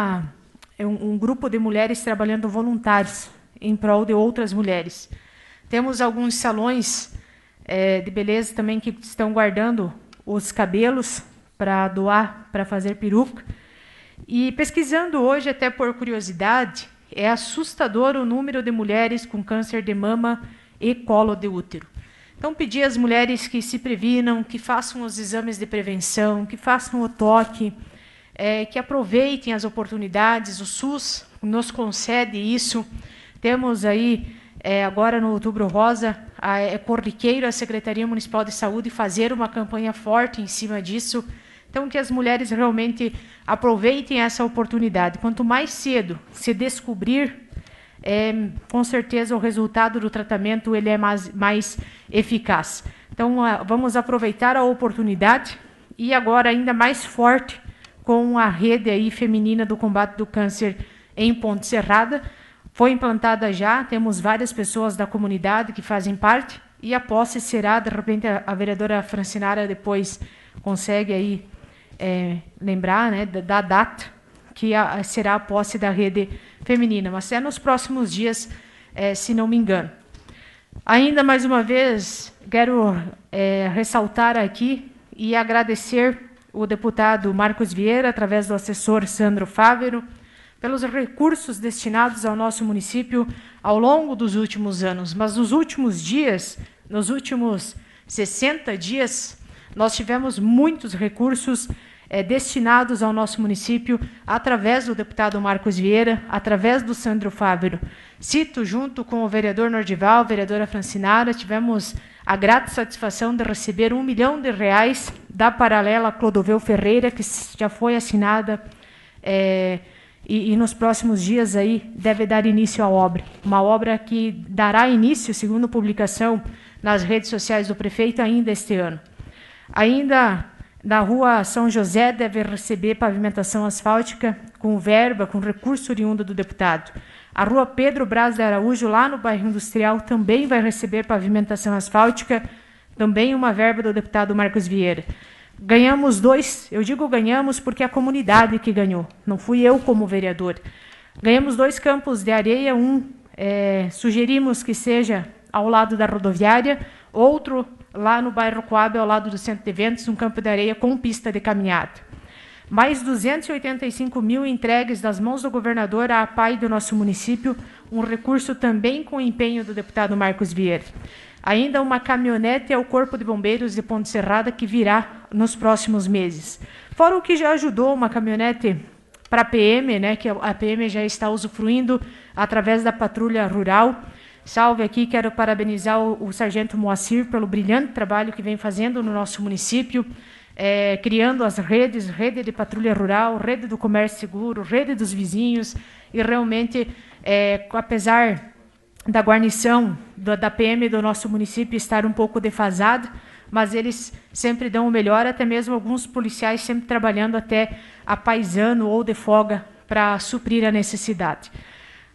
um grupo de mulheres trabalhando voluntários em prol de outras mulheres. Temos alguns salões de beleza também que estão guardando os cabelos para doar, para fazer peruca. E pesquisando hoje, até por curiosidade, é assustador o número de mulheres com câncer de mama e colo de útero. Então, pedir às mulheres que se previnam, que façam os exames de prevenção, que façam o toque, que aproveitem as oportunidades. O SUS nos concede isso. Temos aí, agora no Outubro Rosa, corriqueiro a Secretaria Municipal de Saúde fazer uma campanha forte em cima disso. Então, que as mulheres realmente aproveitem essa oportunidade. Quanto mais cedo se descobrir, com certeza o resultado do tratamento ele é mais eficaz. Então, vamos aproveitar a oportunidade e agora ainda mais forte com a rede aí feminina do combate do câncer em Ponte Serrada. Foi implantada já, temos várias pessoas da comunidade que fazem parte, e a posse será, de repente, a vereadora Francinara depois consegue aí lembrar, né, da data que será a posse da rede feminina, mas é nos próximos dias, se não me engano. Ainda mais uma vez, quero ressaltar aqui e agradecer o deputado Marcos Vieira, através do assessor Sandro Fávero, pelos recursos destinados ao nosso município ao longo dos últimos anos. Mas nos últimos dias, nos últimos 60 dias, nós tivemos muitos recursos destinados ao nosso município através do deputado Marcos Vieira, através do Sandro Fávero. Cito, junto com o vereador Nordival, a vereadora Francinara, tivemos a grata satisfação de receber R$1 milhão da paralela Clodoveu Ferreira, que já foi assinada e nos próximos dias aí deve dar início à obra. Uma obra que dará início, segundo publicação nas redes sociais do prefeito, ainda este ano. Ainda na rua São José deve receber pavimentação asfáltica com verba, com recurso oriundo do deputado. A rua Pedro Braz de Araújo, lá no bairro Industrial, também vai receber pavimentação asfáltica, também uma verba do deputado Marcos Vieira. Ganhamos 2, eu digo ganhamos porque é a comunidade que ganhou, não fui eu como vereador. Ganhamos 2 campos de areia, sugerimos que seja ao lado da rodoviária, outro lá no bairro Coab, ao lado do centro de eventos, um campo de areia com pista de caminhada. Mais 285 mil entregues das mãos do governador à APAI do nosso município, um recurso também com empenho do deputado Marcos Vieira. Ainda uma caminhonete ao Corpo de Bombeiros de Ponte Serrada que virá nos próximos meses. Fora o que já ajudou, uma caminhonete para a PM, né, que a PM já está usufruindo através da patrulha rural. Salve aqui, quero parabenizar o sargento Moacir pelo brilhante trabalho que vem fazendo no nosso município, criando as redes, rede de patrulha rural, rede do comércio seguro, rede dos vizinhos, e realmente, apesar da guarnição da PM do nosso município estar um pouco defasada, mas eles sempre dão o melhor, até mesmo alguns policiais sempre trabalhando até a paisano ou de folga para suprir a necessidade.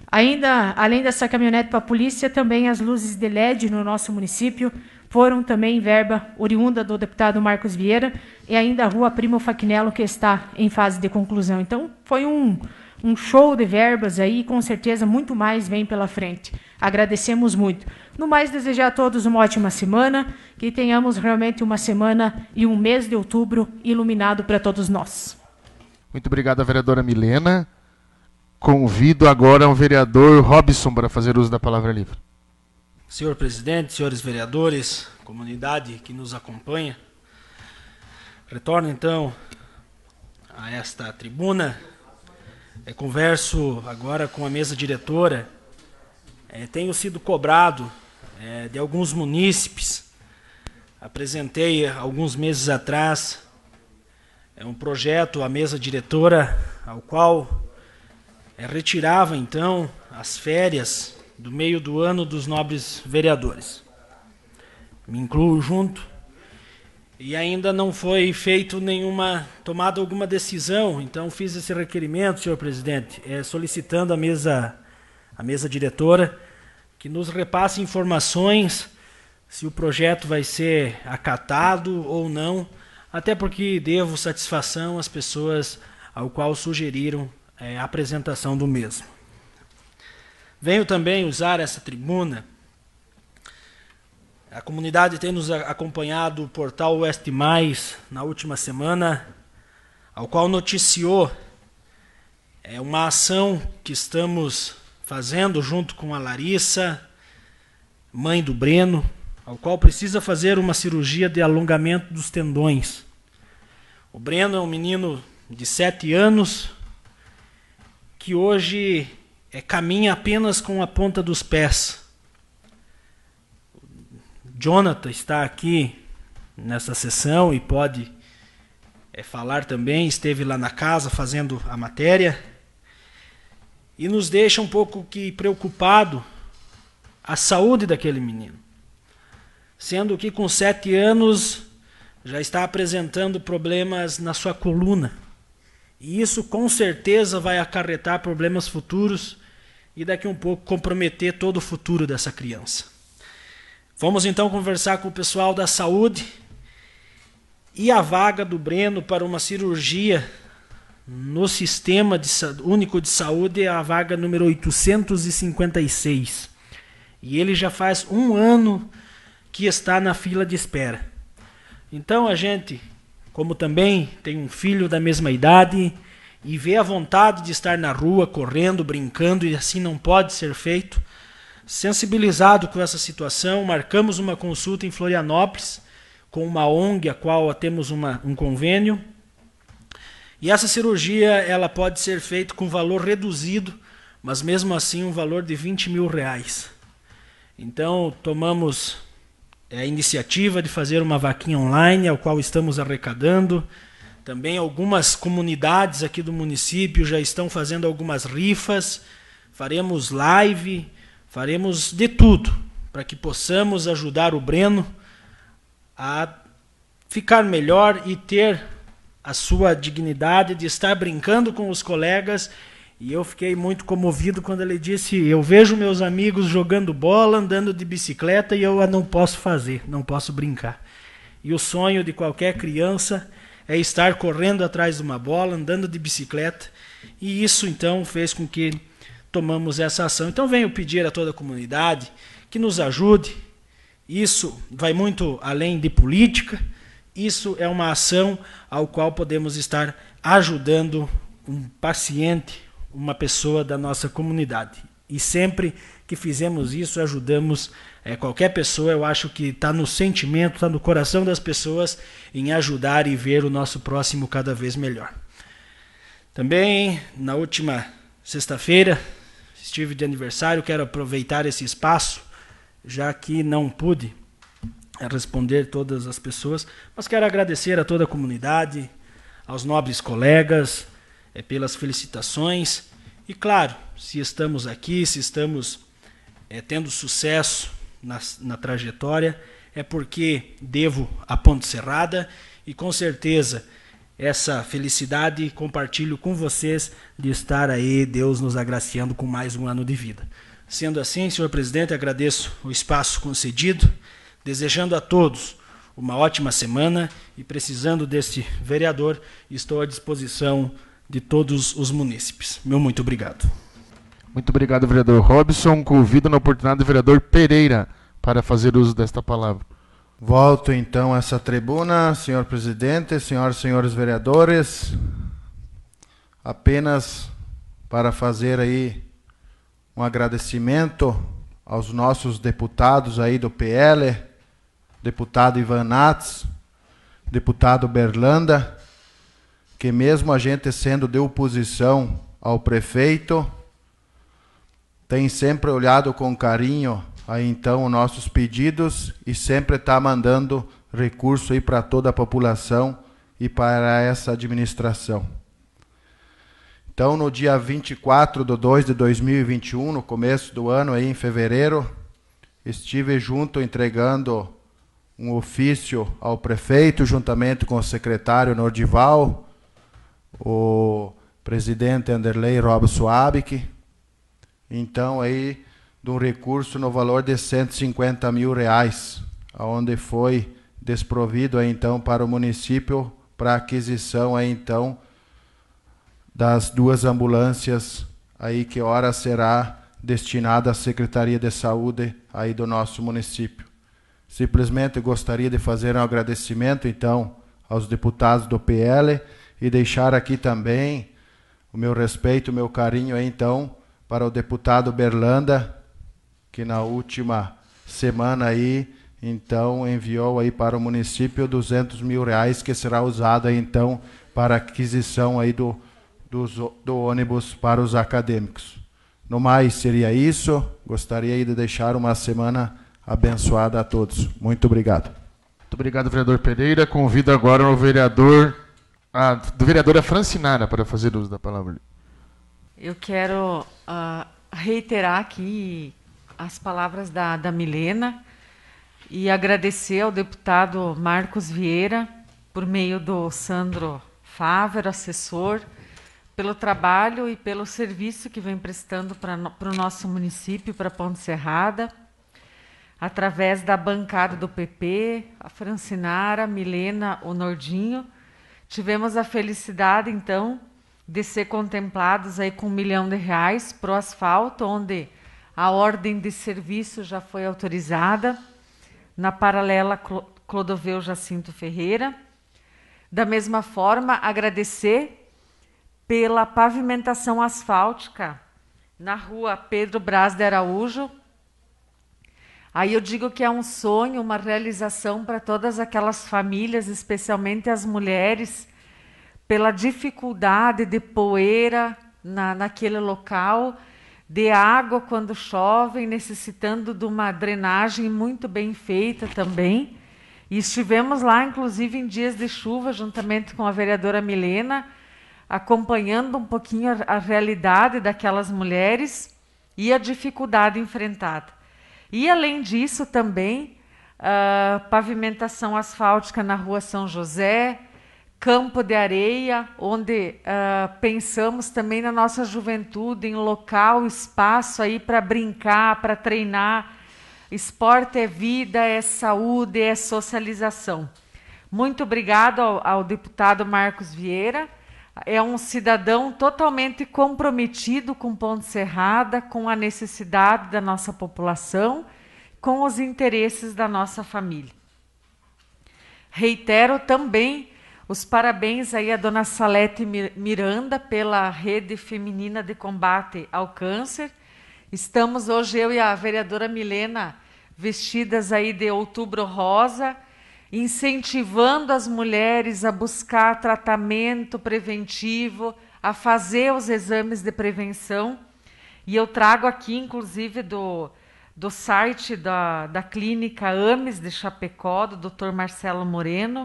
Ainda, além dessa caminhonete para a polícia, também as luzes de LED no nosso município foram também verba oriunda do deputado Marcos Vieira, e ainda a rua Primo Faquinello, que está em fase de conclusão. Então, foi um show de verbas aí, e com certeza muito mais vem pela frente. Agradecemos muito. No mais, desejar a todos uma ótima semana, que tenhamos realmente uma semana e um mês de outubro iluminado para todos nós. Muito obrigado, vereadora Milena. Convido agora o vereador Robson para fazer uso da palavra livre. Senhor presidente, senhores vereadores, comunidade que nos acompanha, retorno então a esta tribuna. Converso agora com a mesa diretora. Tenho sido cobrado de alguns munícipes. Apresentei alguns meses atrás um projeto à mesa diretora, ao qual retirava então as férias do meio do ano dos nobres vereadores. Me incluo junto. E ainda não foi tomada alguma decisão, então fiz esse requerimento, senhor presidente, solicitando à mesa diretora que nos repasse informações se o projeto vai ser acatado ou não, até porque devo satisfação às pessoas ao qual sugeriram a apresentação do mesmo. Venho também usar essa tribuna. A comunidade tem nos acompanhado o portal Oeste Mais na última semana, ao qual noticiou uma ação que estamos fazendo junto com a Larissa, mãe do Breno, ao qual precisa fazer uma cirurgia de alongamento dos tendões. O Breno é um menino de 7 anos que hoje caminha apenas com a ponta dos pés. Jonathan está aqui nessa sessão e pode falar também, esteve lá na casa fazendo a matéria, e nos deixa um pouco que preocupado a saúde daquele menino, sendo que com 7 anos já está apresentando problemas na sua coluna, e isso com certeza vai acarretar problemas futuros e daqui um pouco comprometer todo o futuro dessa criança. Vamos então conversar com o pessoal da saúde, e a vaga do Breno para uma cirurgia no Sistema Único de Saúde é a vaga número 856. E ele já faz 1 ano que está na fila de espera. Então a gente, como também tem um filho da mesma idade e vê a vontade de estar na rua, correndo, brincando, e assim não pode ser feito, sensibilizado com essa situação, marcamos uma consulta em Florianópolis com uma ONG, a qual temos um convênio. E essa cirurgia ela pode ser feita com valor reduzido, mas mesmo assim um valor de R$20 mil. Então tomamos a iniciativa de fazer uma vaquinha online, ao qual estamos arrecadando. Também algumas comunidades aqui do município já estão fazendo algumas rifas. Faremos live, faremos de tudo para que possamos ajudar o Breno a ficar melhor e ter a sua dignidade de estar brincando com os colegas. E eu fiquei muito comovido quando ele disse: eu vejo meus amigos jogando bola, andando de bicicleta, e eu não posso fazer, não posso brincar. E o sonho de qualquer criança é estar correndo atrás de uma bola, andando de bicicleta, e isso então fez com que tomamos essa ação. Então venho pedir a toda a comunidade que nos ajude. Isso vai muito além de política, isso é uma ação ao qual podemos estar ajudando um paciente, uma pessoa da nossa comunidade. E sempre que fizemos isso, ajudamos qualquer pessoa. Eu acho que está no sentimento, está no coração das pessoas em ajudar e ver o nosso próximo cada vez melhor. Também, na última sexta-feira, estive de aniversário, quero aproveitar esse espaço, já que não pude responder todas as pessoas, mas quero agradecer a toda a comunidade, aos nobres colegas, pelas felicitações. E claro, se estamos aqui, se estamos tendo sucesso na trajetória, é porque devo a Ponte Serrada, e com certeza essa felicidade e compartilho com vocês de estar aí, Deus nos agraciando com mais um ano de vida. Sendo assim, senhor presidente, agradeço o espaço concedido, desejando a todos uma ótima semana e precisando deste vereador, estou à disposição de todos os munícipes. Meu muito obrigado. Muito obrigado, vereador Robson. Convido na oportunidade o vereador Pereira para fazer uso desta palavra. Volto então a essa tribuna, senhor presidente, senhoras e senhores vereadores, apenas para fazer aí um agradecimento aos nossos deputados aí do PL, deputado Ivan Nats, deputado Berlanda, que mesmo a gente sendo de oposição ao prefeito, tem sempre olhado com carinho aí então os nossos pedidos e sempre está mandando recurso aí para toda a população e para essa administração. Então, no dia 24/2/2021, no começo do ano, aí em fevereiro, estive junto entregando um ofício ao prefeito, juntamente com o secretário Nordival, o presidente Anderley Robson Abic, então aí de um recurso no valor de R$150 mil, onde foi desprovido aí, então para o município para aquisição aí, então das 2 ambulâncias aí que ora será destinada à Secretaria de Saúde aí do nosso município. Simplesmente gostaria de fazer um agradecimento então aos deputados do PL e deixar aqui também o meu respeito, o meu carinho aí então para o deputado Berlanda, que na última semana aí então enviou aí para o município R$200 mil, que será usado aí então para aquisição aí do ônibus para os acadêmicos. No mais, seria isso. Gostaria aí de deixar uma semana abençoada a todos. Muito obrigado. Muito obrigado, vereador Pereira. Convido agora o vereador, do vereadora Francinara para fazer uso da palavra. Eu quero reiterar aqui as palavras da Milena e agradecer ao deputado Marcos Vieira, por meio do Sandro Fávero, assessor, pelo trabalho e pelo serviço que vem prestando para o nosso município, para Ponte Serrada, através da bancada do PP, a Francinara, a Milena, o Nordinho. Tivemos a felicidade, então, de ser contemplados aí com R$1 milhão para o asfalto, onde a ordem de serviço já foi autorizada, na paralela Clodoveu Jacinto Ferreira. Da mesma forma, agradecer pela pavimentação asfáltica na rua Pedro Braz de Araújo. Aí eu digo que é um sonho, uma realização para todas aquelas famílias, especialmente as mulheres, pela dificuldade de poeira naquele local, de água quando chove, necessitando de uma drenagem muito bem feita também. E estivemos lá, inclusive, em dias de chuva, juntamente com a vereadora Milena, acompanhando um pouquinho a realidade daquelas mulheres e a dificuldade enfrentada. E, além disso, também, pavimentação asfáltica na rua São José, Campo de Areia, onde pensamos também na nossa juventude, em local, espaço aí para brincar, para treinar. Esporte é vida, é saúde, é socialização. Muito obrigado ao deputado Marcos Vieira. É um cidadão totalmente comprometido com Ponte Serrada, com a necessidade da nossa população, com os interesses da nossa família. Reitero também os parabéns aí à dona Salete Miranda pela Rede Feminina de Combate ao Câncer. Estamos hoje, eu e a vereadora Milena, vestidas aí de Outubro Rosa, incentivando as mulheres a buscar tratamento preventivo, a fazer os exames de prevenção. E eu trago aqui, inclusive, do site da clínica AMES de Chapecó, do Dr. Marcelo Moreno,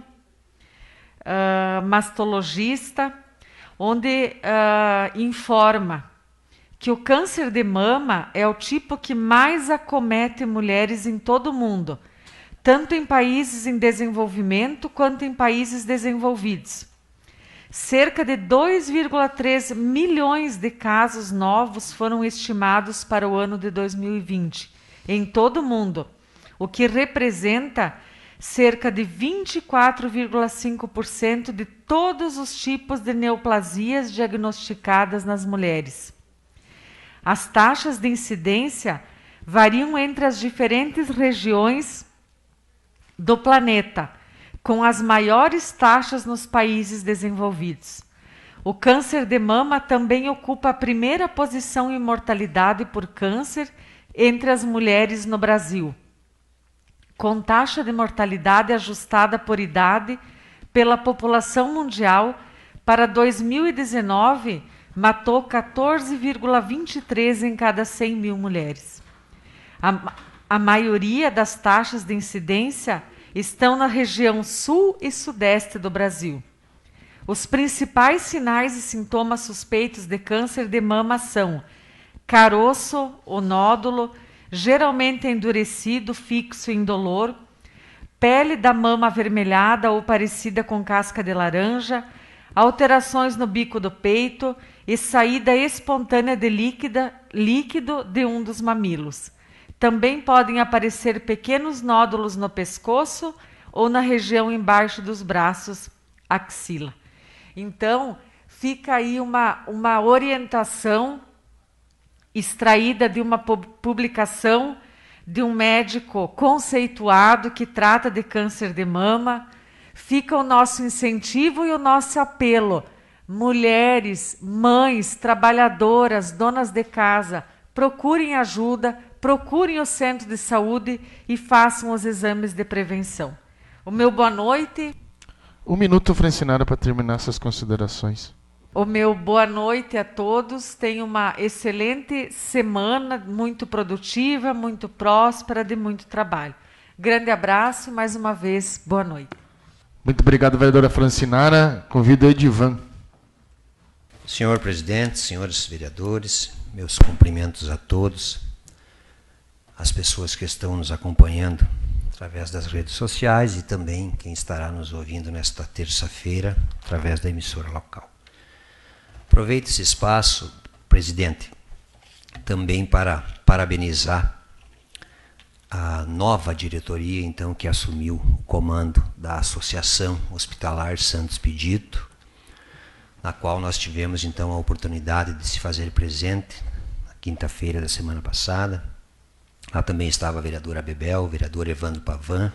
mastologista, onde informa que o câncer de mama é o tipo que mais acomete mulheres em todo o mundo, tanto em países em desenvolvimento quanto em países desenvolvidos. cerca de 2,3 milhões de casos novos foram estimados para o ano de 2020 em todo o mundo, o que representa cerca de 24,5% de todos os tipos de neoplasias diagnosticadas nas mulheres. As taxas de incidência variam entre as diferentes regiões do planeta, com as maiores taxas nos países desenvolvidos. O câncer de mama também ocupa a primeira posição em mortalidade por câncer entre as mulheres no Brasil, com taxa de mortalidade ajustada por idade pela população mundial. Para 2019, matou 14,23 em cada 100 mil mulheres. A maioria das taxas de incidência estão na região sul e sudeste do Brasil. Os principais sinais e sintomas suspeitos de câncer de mama são caroço ou nódulo, geralmente endurecido, fixo e indolor, pele da mama avermelhada ou parecida com casca de laranja, alterações no bico do peito e saída espontânea de líquido de um dos mamilos. Também podem aparecer pequenos nódulos no pescoço ou na região embaixo dos braços, axila. Então, fica aí uma orientação extraída de uma publicação de um médico conceituado que trata de câncer de mama. Fica o nosso incentivo e o nosso apelo. Mulheres, mães, trabalhadoras, donas de casa, procurem ajuda, procurem o centro de saúde e façam os exames de prevenção. O meu boa noite. 1 minuto, Francinara, para terminar essas considerações. O meu boa noite a todos. Tenham uma excelente semana, muito produtiva, muito próspera, de muito trabalho. Grande abraço e mais uma vez, boa noite. Muito obrigado, vereadora Francinara. Convido o Edivan. Senhor presidente, senhores vereadores, meus cumprimentos a todos, as pessoas que estão nos acompanhando através das redes sociais e também quem estará nos ouvindo nesta terça-feira através da emissora local. Aproveito esse espaço, presidente, também para parabenizar a nova diretoria, então, que assumiu o comando da Associação Hospitalar Santo Expedito, na qual nós tivemos, então, a oportunidade de se fazer presente na quinta-feira da semana passada. Lá também estava a vereadora Bebel, o vereador Evandro Pavan.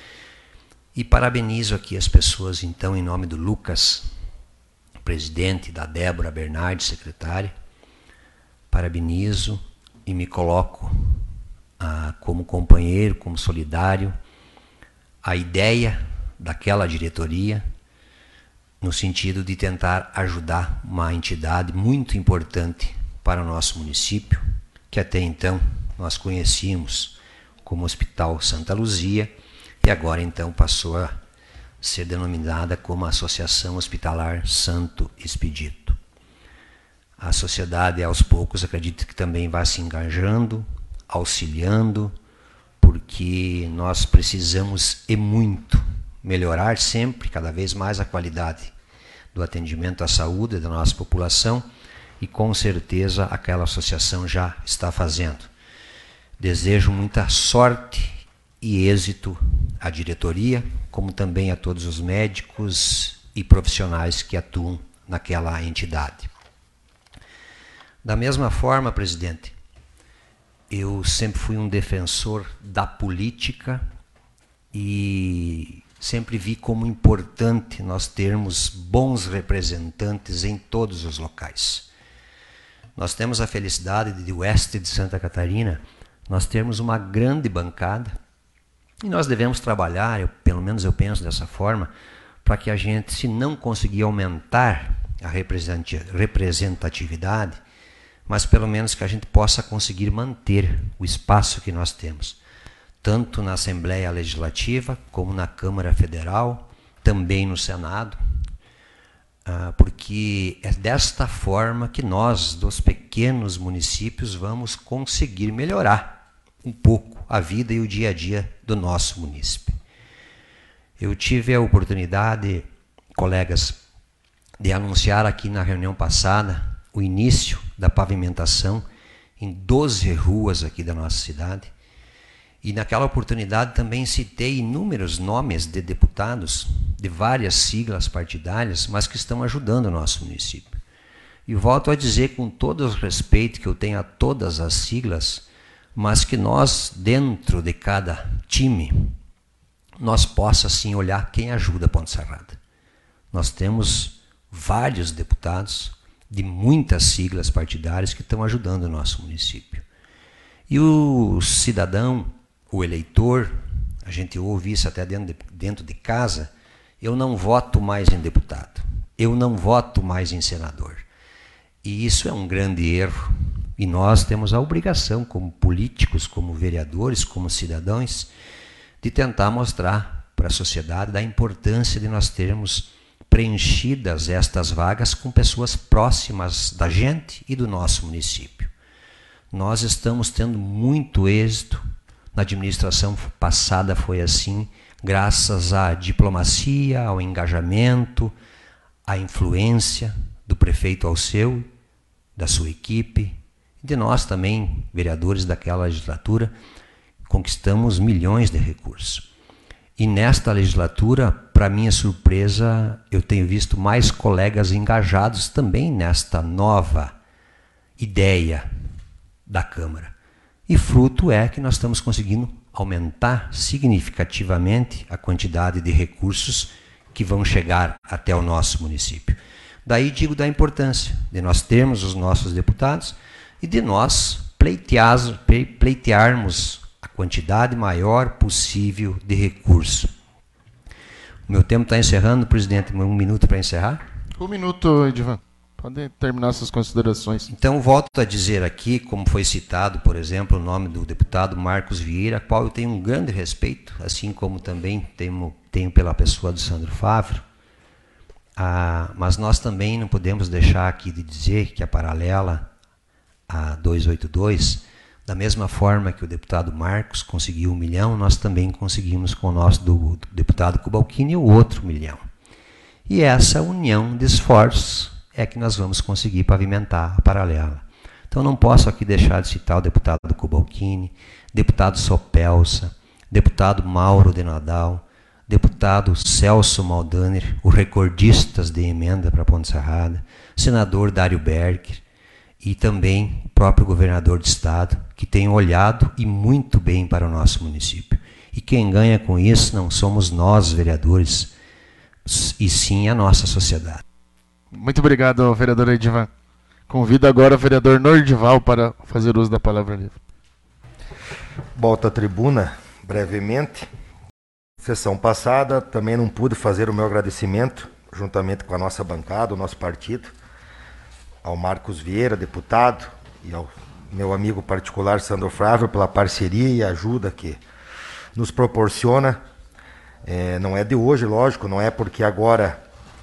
E parabenizo aqui as pessoas, então, em nome do Lucas, presidente, da Débora Bernardi, secretária. Parabenizo e me coloco como companheiro, como solidário, a ideia daquela diretoria, no sentido de tentar ajudar uma entidade muito importante para o nosso município, que até então nós conhecíamos como Hospital Santa Luzia, e agora então passou a ser denominada como Associação Hospitalar Santo Expedito. A sociedade, aos poucos, acredito que também vai se engajando, auxiliando, porque nós precisamos e muito melhorar sempre, cada vez mais, a qualidade do atendimento à saúde da nossa população, e com certeza aquela associação já está fazendo. Desejo muita sorte e êxito à diretoria, como também a todos os médicos e profissionais que atuam naquela entidade. Da mesma forma, presidente, eu sempre fui um defensor da política e sempre vi como importante nós termos bons representantes em todos os locais. Nós temos a felicidade de oeste de Santa Catarina, nós temos uma grande bancada e nós devemos trabalhar, pelo menos eu penso dessa forma, para que a gente, se não conseguir aumentar a representatividade, mas pelo menos que a gente possa conseguir manter o espaço que nós temos, tanto na Assembleia Legislativa, como na Câmara Federal, também no Senado, porque é desta forma que nós, dos pequenos municípios, vamos conseguir melhorar um pouco a vida e o dia a dia do nosso município. Eu tive a oportunidade, colegas, de anunciar aqui na reunião passada o início da pavimentação em 12 ruas aqui da nossa cidade. E naquela oportunidade também citei inúmeros nomes de deputados de várias siglas partidárias, mas que estão ajudando o nosso município. E volto a dizer com todo o respeito que eu tenho a todas as siglas, mas que nós, dentro de cada time, nós possa sim olhar quem ajuda a Ponte Serrada. Nós temos vários deputados de muitas siglas partidárias que estão ajudando o nosso município. E o cidadão, o eleitor, a gente ouve isso até dentro de casa, eu não voto mais em deputado, eu não voto mais em senador. E isso é um grande erro. E nós temos a obrigação, como políticos, como vereadores, como cidadãos, de tentar mostrar para a sociedade a importância de nós termos preenchidas estas vagas com pessoas próximas da gente e do nosso município. Nós estamos tendo muito êxito. Na administração passada foi assim, graças à diplomacia, ao engajamento, à influência do prefeito Alceu, da sua equipe, e de nós também, vereadores daquela legislatura, conquistamos milhões de recursos. E nesta legislatura, para minha surpresa, eu tenho visto mais colegas engajados também nesta nova ideia da Câmara. E fruto é que nós estamos conseguindo aumentar significativamente a quantidade de recursos que vão chegar até o nosso município. Daí digo da importância de nós termos os nossos deputados e de nós pleitearmos a quantidade maior possível de recursos. O meu tempo está encerrando, presidente. 1 minuto para encerrar? 1 minuto, Edivan. Pode terminar suas considerações. Então, volto a dizer aqui, como foi citado, por exemplo, o nome do deputado Marcos Vieira, a qual eu tenho um grande respeito, assim como também tenho pela pessoa do Sandro Fávero. Mas nós também não podemos deixar aqui de dizer que a paralela a 282, da mesma forma que o deputado Marcos conseguiu 1 milhão, nós também conseguimos com o nosso do deputado Kubalcini o outro 1 milhão. E essa união de esforços é que nós vamos conseguir pavimentar a paralela. Então não posso aqui deixar de citar o deputado Kubalcini, deputado Sopelsa, deputado Mauro de Nadal, deputado Celso Maldaner, os recordistas de emenda para Ponte Serrada, senador Dário Berger e também o próprio governador de estado, que tem olhado e muito bem para o nosso município. E quem ganha com isso não somos nós, vereadores, e sim a nossa sociedade. Muito obrigado, vereador Edivan. Convido agora o vereador Nordival para fazer uso da palavra livre. Volto à tribuna, brevemente. Sessão passada, também não pude fazer o meu agradecimento, juntamente com a nossa bancada, o nosso partido, ao Marcos Vieira, deputado, e ao meu amigo particular, Sandro Fávero, pela parceria e ajuda que nos proporciona. Não é de hoje, lógico, não é porque agora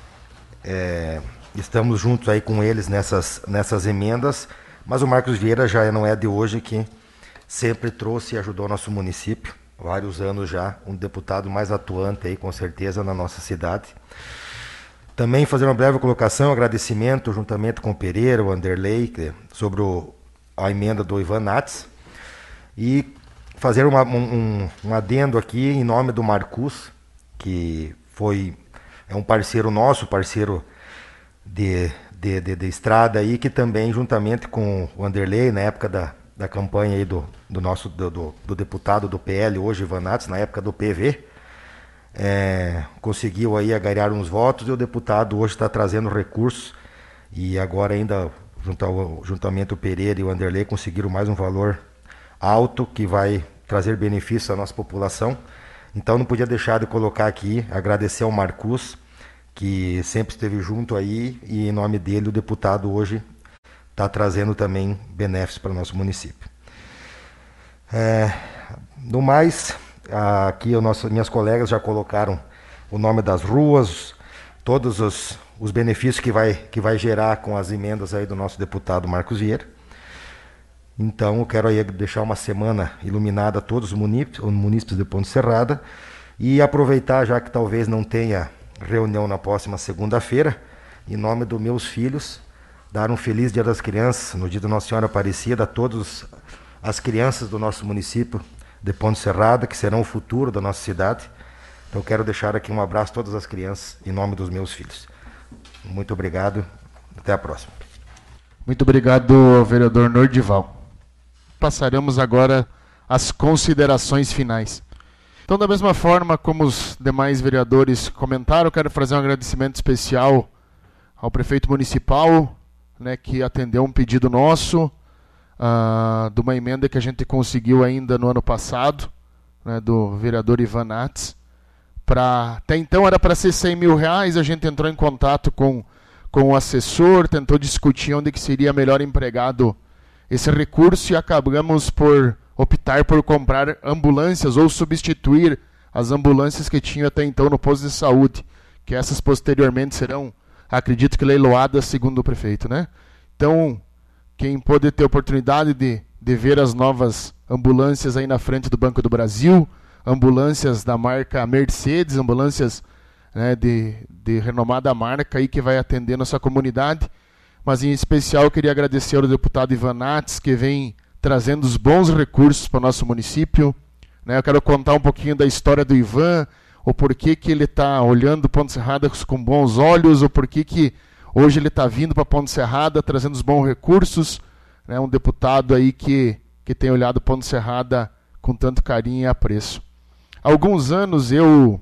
estamos juntos aí com eles nessas emendas, mas o Marcos Vieira já não é de hoje que sempre trouxe e ajudou nosso município, vários anos já, um deputado mais atuante aí com certeza na nossa cidade. Também fazer uma breve colocação, agradecimento juntamente com o Pereira, o Anderley, sobre a emenda do Ivan Nats, e fazer um adendo aqui em nome do Marcus, que é um parceiro nosso, parceiro de estrada aí, que também juntamente com o Anderley, na época da campanha aí do deputado do PL, hoje Ivan Nats, na época do PV, conseguiu aí agariar uns votos, e o deputado hoje está trazendo recursos, e agora ainda juntamente o Pereira e o Anderley conseguiram mais um valor alto que vai trazer benefício à nossa população. Então não podia deixar de colocar aqui, agradecer ao Marcus, que sempre esteve junto aí, e em nome dele o deputado hoje está trazendo também benefícios para o nosso município. No mais, aqui minhas colegas já colocaram o nome das ruas, todos os benefícios que vai gerar com as emendas aí do nosso deputado Marcos Vieira. Então eu quero aí deixar uma semana iluminada a todos os munícipes de Ponte Serrada, e aproveitar, já que talvez não tenha reunião na próxima segunda-feira, em nome dos meus filhos, dar um feliz Dia das Crianças, no dia da Nossa Senhora Aparecida, a todas as crianças do nosso município de Ponte Serrada, que serão o futuro da nossa cidade. Então, quero deixar aqui um abraço a todas as crianças, em nome dos meus filhos. Muito obrigado, até a próxima. Muito obrigado, vereador Nordival. Passaremos agora às considerações finais. Então, da mesma forma como os demais vereadores comentaram, eu quero fazer um agradecimento especial ao prefeito municipal, né, que atendeu um pedido nosso, de uma emenda que a gente conseguiu ainda no ano passado, né, do vereador Ivan Nats. Até então era para ser R$100 mil, a gente entrou em contato com o assessor, tentou discutir onde que seria melhor empregado esse recurso e acabamos por optar por comprar ambulâncias ou substituir as ambulâncias que tinham até então no posto de saúde, que essas posteriormente serão, acredito que leiloadas segundo o prefeito, né? Então, quem pôde ter oportunidade de ver as novas ambulâncias aí na frente do Banco do Brasil, ambulâncias da marca Mercedes, ambulâncias, né, de renomada marca aí que vai atender nossa comunidade, mas em especial eu queria agradecer ao deputado Ivan Nats, que vem trazendo os bons recursos para o nosso município, né? Eu quero contar um pouquinho da história do Ivan, o porquê que ele está olhando Ponte Serrada com bons olhos, o porquê que hoje ele está vindo para Ponte Serrada trazendo os bons recursos, né? Um deputado aí que tem olhado Ponte Serrada com tanto carinho e apreço. Há alguns anos eu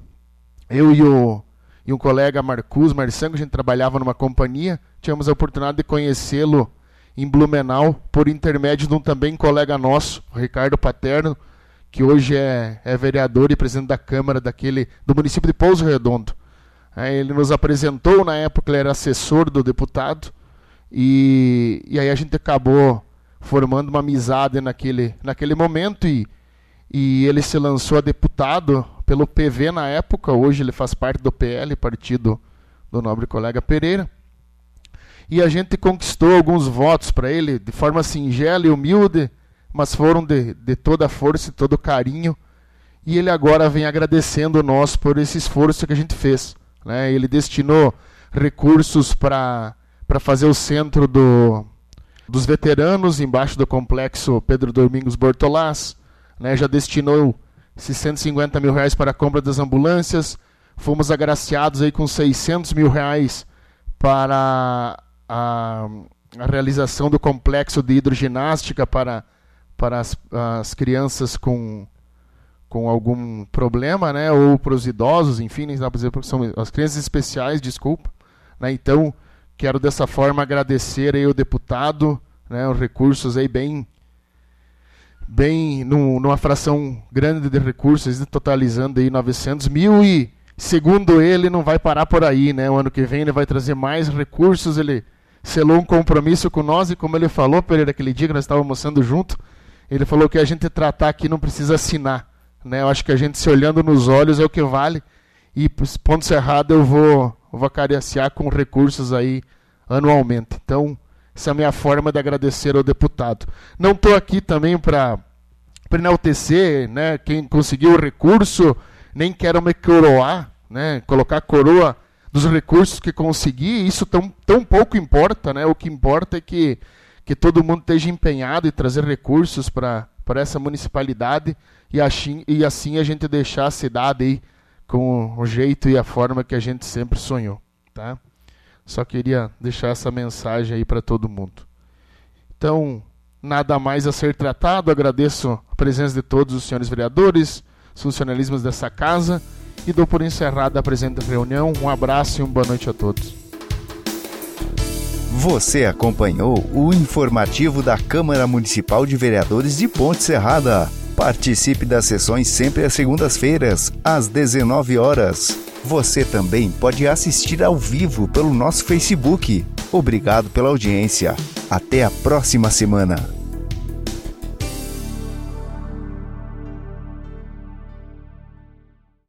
e um colega Marçango, a gente trabalhava numa companhia, tínhamos a oportunidade de conhecê-lo em Blumenau, por intermédio de um também colega nosso, o Ricardo Paterno, que hoje é vereador e presidente da Câmara do município de Pouso Redondo. Ele nos apresentou, na época ele era assessor do deputado, e aí a gente acabou formando uma amizade naquele momento, e ele se lançou a deputado pelo PV na época, hoje ele faz parte do PL, partido do nobre colega Pereira. E a gente conquistou alguns votos para ele de forma singela e humilde, mas foram de toda a força e todo o carinho. E ele agora vem agradecendo nós por esse esforço que a gente fez, né? Ele destinou recursos para fazer o centro dos veteranos, embaixo do complexo Pedro Domingos Bortolás, né? Já destinou esses R$150 mil para a compra das ambulâncias. Fomos agraciados aí com R$600 mil para a realização do complexo de hidroginástica para as crianças com algum problema, né? Ou para os idosos, enfim, nem dá para dizer, são as crianças especiais, desculpa, né? Então, quero dessa forma agradecer aí ao deputado, né? Os recursos aí bem numa fração grande de recursos, totalizando aí 900 mil, e segundo ele não vai parar por aí, né? O ano que vem ele vai trazer mais recursos. Ele selou um compromisso com nós, e como ele falou, Pereira, aquele dia que nós estávamos almoçando junto, ele falou que a gente tratar aqui não precisa assinar, né? Eu acho que a gente se olhando nos olhos é o que vale, e Ponte Serrada eu vou acariciar com recursos aí anualmente. Então, essa é a minha forma de agradecer ao deputado. Não estou aqui também para enaltecer, né, quem conseguiu o recurso, nem quero me coroar, né, colocar a coroa dos recursos que consegui. Isso tão pouco importa, né? O que importa é que todo mundo esteja empenhado em trazer recursos para essa municipalidade e assim a gente deixar a cidade aí com o jeito e a forma que a gente sempre sonhou, tá? Só queria deixar essa mensagem aí para todo mundo. Então, nada mais a ser tratado. Agradeço a presença de todos os senhores vereadores, os funcionalismos dessa casa, e dou por encerrada a presente reunião. Um abraço e uma boa noite a todos. Você acompanhou o informativo da Câmara Municipal de Vereadores de Ponte Serrada. Participe das sessões sempre às segundas-feiras, às 19 horas. Você também pode assistir ao vivo pelo nosso Facebook. Obrigado pela audiência. Até a próxima semana.